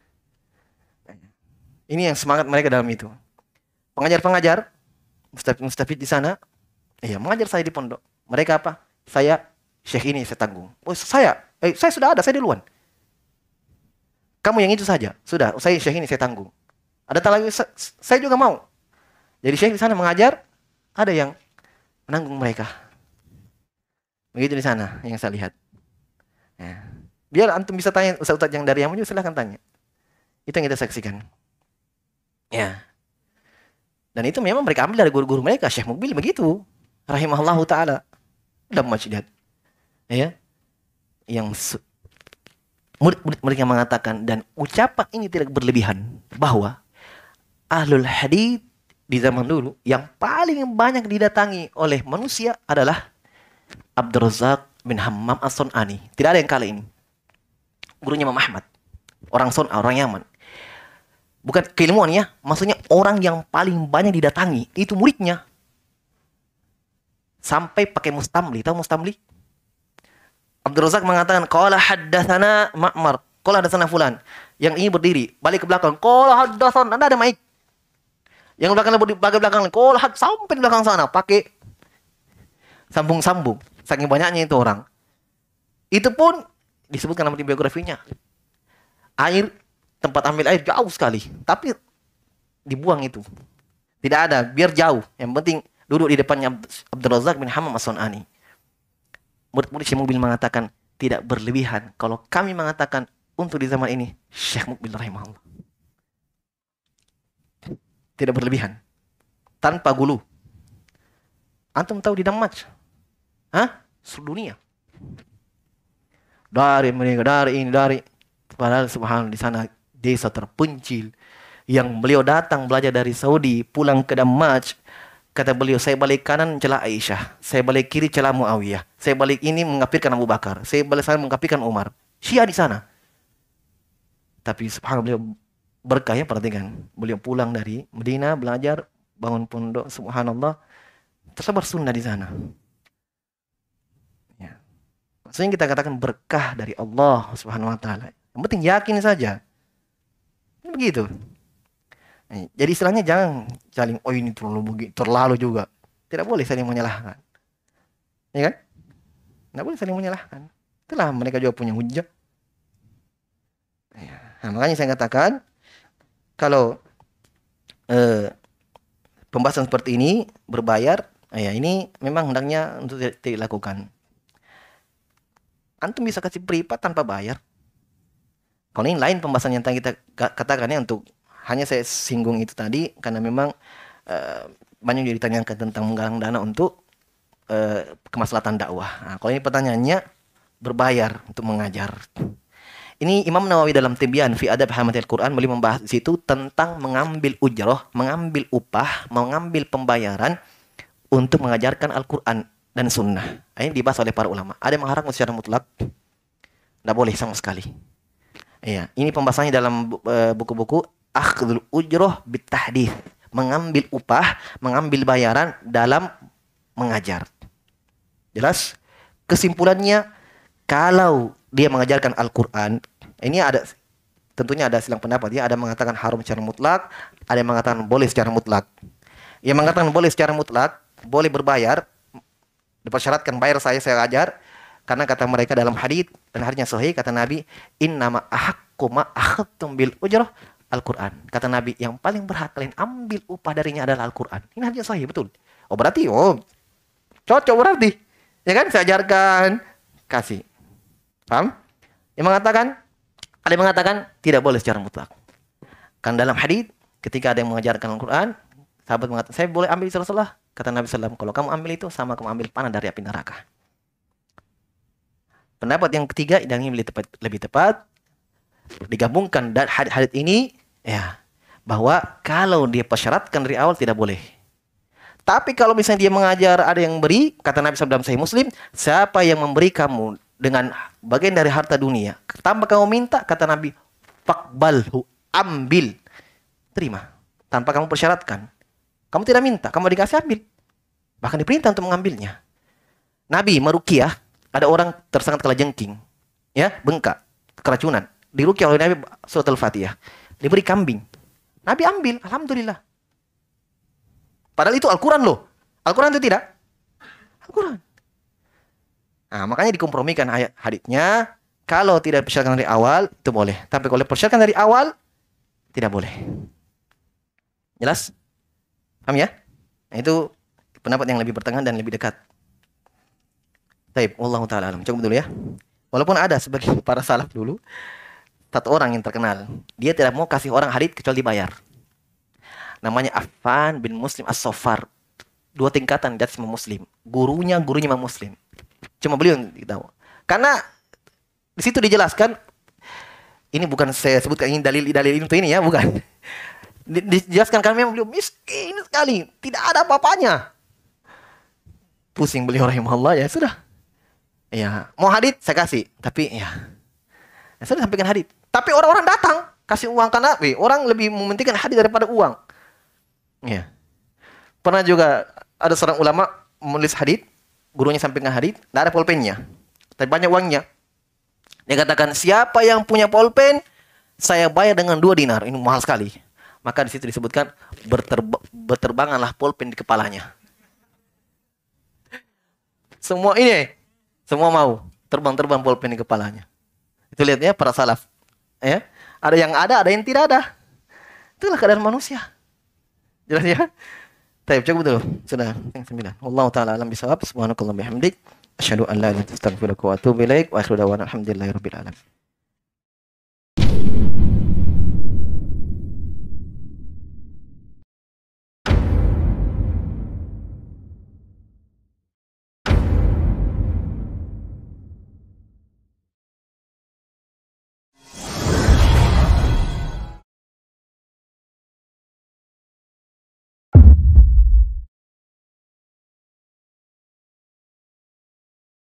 Ini yang semangat mereka dalam itu. Pengajar-pengajar, mustafid di sana, mengajar saya di pondok. Mereka apa? Saya, syekh ini saya tanggung. Oh saya sudah ada, saya duluan. Kamu yang itu saja, sudah. Saya syekh ini saya tanggung. Ada tak lagi, saya juga mau. Jadi syekh di sana mengajar, ada yang menanggung mereka. Begitu di sana yang saya lihat. Ya. Biar antum bisa tanya ustaz-ustaz yang dari Yaman juga silahkan tanya. Itu yang kita saksikan. Ya. Dan itu memang mereka ambil dari guru-guru mereka. Syekh Mukbil begitu. Rahimahullahu ta'ala. Dalam masjid. Ya. Yang murid-murid mereka mengatakan. Dan ucapan ini tidak berlebihan. Bahwa ahlul hadith di zaman dulu. Yang paling banyak didatangi oleh manusia adalah Abdul Razak bin Hammam As-Sun'ani. Tidak ada yang kali ini. Gurunya Imam Ahmad. Orang Sun'a, orang Yaman. Bukan keilmuan ya, maksudnya orang yang paling banyak didatangi itu muridnya. Sampai pakai mustamli, tahu mustamli? Abdul Razak mengatakan, qala haddatsana Ma'mar, qala haddatsana fulan. Yang ini berdiri, balik ke belakang, qala haddatsana, ada mic. Yang belakang, qala sampai di belakang sana pakai sambung-sambung. Saking banyaknya itu orang. Itu pun disebutkan nama di biografinya. Tempat ambil air jauh sekali, tapi dibuang itu. Tidak ada, biar jauh. Yang penting duduk di depannya Abdul Razak bin Hammam As-Sun'ani. Murid-murid Syekh Mukbil mengatakan tidak berlebihan kalau kami mengatakan untuk di zaman ini Syekh Mukbil rahimahullah. Tidak berlebihan. Tanpa gulu. Antum tahu di Damaj? Seluruh dunia. Dari mereka, dari ini, dari padahal subhanallah di sana desa terpencil yang beliau datang belajar dari Saudi, pulang ke Damaj, kata beliau, saya balik kanan celah Aisyah, saya balik kiri celah Muawiyah, saya balik ini mengkafirkan Abu Bakar, saya balik sana mengkafirkan Umar. Syiah di sana. Tapi subhanallah beliau berkah ya, perhatikan. Beliau pulang dari Madinah belajar, bangun pondok, subhanallah, tersebar sunnah di sana. Ya. Maksudnya kita katakan berkah dari Allah Subhanahu wa taala. Yang penting yakin saja. Begitu. Jadi istilahnya jangan saling ini terlalu juga. Tidak boleh saling menyalahkan. Ya kan? Nggak boleh saling menyalahkan. Itulah mereka juga punya hujah. Ya. Nah, makanya saya katakan kalau pembahasan seperti ini berbayar, ya ini memang hendaknya untuk tidak dilakukan. Antum bisa kasih privat tanpa bayar. Kalau ini lain pembahasan yang tadi kita katakan ya, untuk hanya saya singgung itu tadi karena memang banyak yang ditanyakan tentang menggalang dana untuk kemaslahatan dakwah. Nah, kalau ini pertanyaannya berbayar untuk mengajar. Ini Imam Nawawi dalam Tibyan fi Adab Hamatil Quran beliau membahas di situ tentang mengambil ujroh, mengambil upah, mengambil pembayaran untuk mengajarkan Al-Quran dan Sunnah. Ini dibahas oleh para ulama. Ada yang mengharamkan secara mutlak, tidak boleh sama sekali. Iya, ini pembahasannya dalam buku-buku Akhdul Ujroh Bitahdith, mengambil upah, mengambil bayaran dalam mengajar. Jelas? Kesimpulannya, kalau dia mengajarkan Al-Quran, ini ada tentunya ada silang pendapat ya. Ada yang mengatakan haram secara mutlak, ada yang mengatakan boleh secara mutlak. Yang mengatakan boleh secara mutlak, boleh berbayar, dipersyaratkan bayar saya ajar, karena kata mereka dalam hadits dan haditsnya sahih, kata Nabi, innama ahaqqu ma akhadtum bil ujrah Al-Quran. Kata Nabi, yang paling berhak kalian ambil upah darinya adalah Al-Quran. Ini haditsnya sahih, betul. Oh berarti, cocok berarti. Ya kan, saya ajarkan, kasih. Paham? Ada yang mengatakan tidak boleh secara mutlak. Kan dalam hadits ketika ada yang mengajarkan Al-Quran, sahabat mengatakan, saya boleh ambil itu Rasulullah. Kata Nabi SAW, kalau kamu ambil itu sama kamu ambil panah dari api neraka. Pendapat yang ketiga yang ini lebih tepat digabungkan dan hadits ini ya, bahwa kalau dia persyaratkan dari awal tidak boleh. Tapi kalau misalnya dia mengajar, ada yang beri, kata Nabi SAW dalam Sahih Muslim, siapa yang memberi kamu dengan bagian dari harta dunia, tanpa kamu minta, kata Nabi, faqbalhu, ambil, terima, tanpa kamu persyaratkan. Kamu tidak minta, kamu dikasih, ambil. Bahkan diperintah untuk mengambilnya. Nabi meruqyah, ada orang tersangat kalajengking, ya, bengkak, keracunan. Diruqyah oleh Nabi surat Al-Fatihah. Diberi kambing. Nabi ambil, alhamdulillah. Padahal itu Al-Quran loh. Al-Quran itu tidak? Al-Quran. Nah, makanya dikompromikan ayat haditsnya. Kalau tidak dipersyaratkan dari awal, itu boleh. Tapi kalau dipersyaratkan dari awal, tidak boleh. Jelas? Paham ya? Nah, itu pendapat yang lebih bertengah dan lebih dekat. Baik, wallahu ta'ala alam. Cukup dulu ya. Walaupun ada sebagian para salaf dulu, satu orang yang terkenal, dia tidak mau kasih orang hadits kecuali dibayar. Namanya Affan bin Muslim As-Saffar. 2 tingkatan di atas Imam Muslim. Gurunya Imam Muslim. Cuma beliau yang tahu. Karena di situ dijelaskan, ini bukan saya sebutkan ini dalil untuk ini ya, bukan. Dijelaskan karena memang beliau miskin sekali, tidak ada apa-apanya. Pusing beliau rahimahullah, ya sudah. Ya, mau hadits saya kasih, tapi ya sudah sampaikan hadits. Tapi orang-orang datang kasih uang karena orang lebih mementingkan hadits daripada uang. Ya. Pernah juga ada seorang ulama menulis hadits, gurunya sampaikan hadits, tidak ada pulpennya, tapi banyak uangnya. Dia katakan, siapa yang punya pulpen, saya bayar dengan 2 dinar. Ini mahal sekali. Maka di situ disebutkan berterbanganlah pulpen di kepalanya. Semua mau terbang pulpen di kepalanya. Itu lihat ya para salaf. Ya, ada yang tidak ada. Itulah keadaan manusia. Jelas ya? Baik, cukup dulu. Sudah yang 9. Wallahu taala alam bisawab. Subhanakallahumma bihamdik, asyhadu an la ilaha illa anta astaghfiruka wa atubu ilaik. Wa akhiru da'wana alhamdulillahirabbil alamin.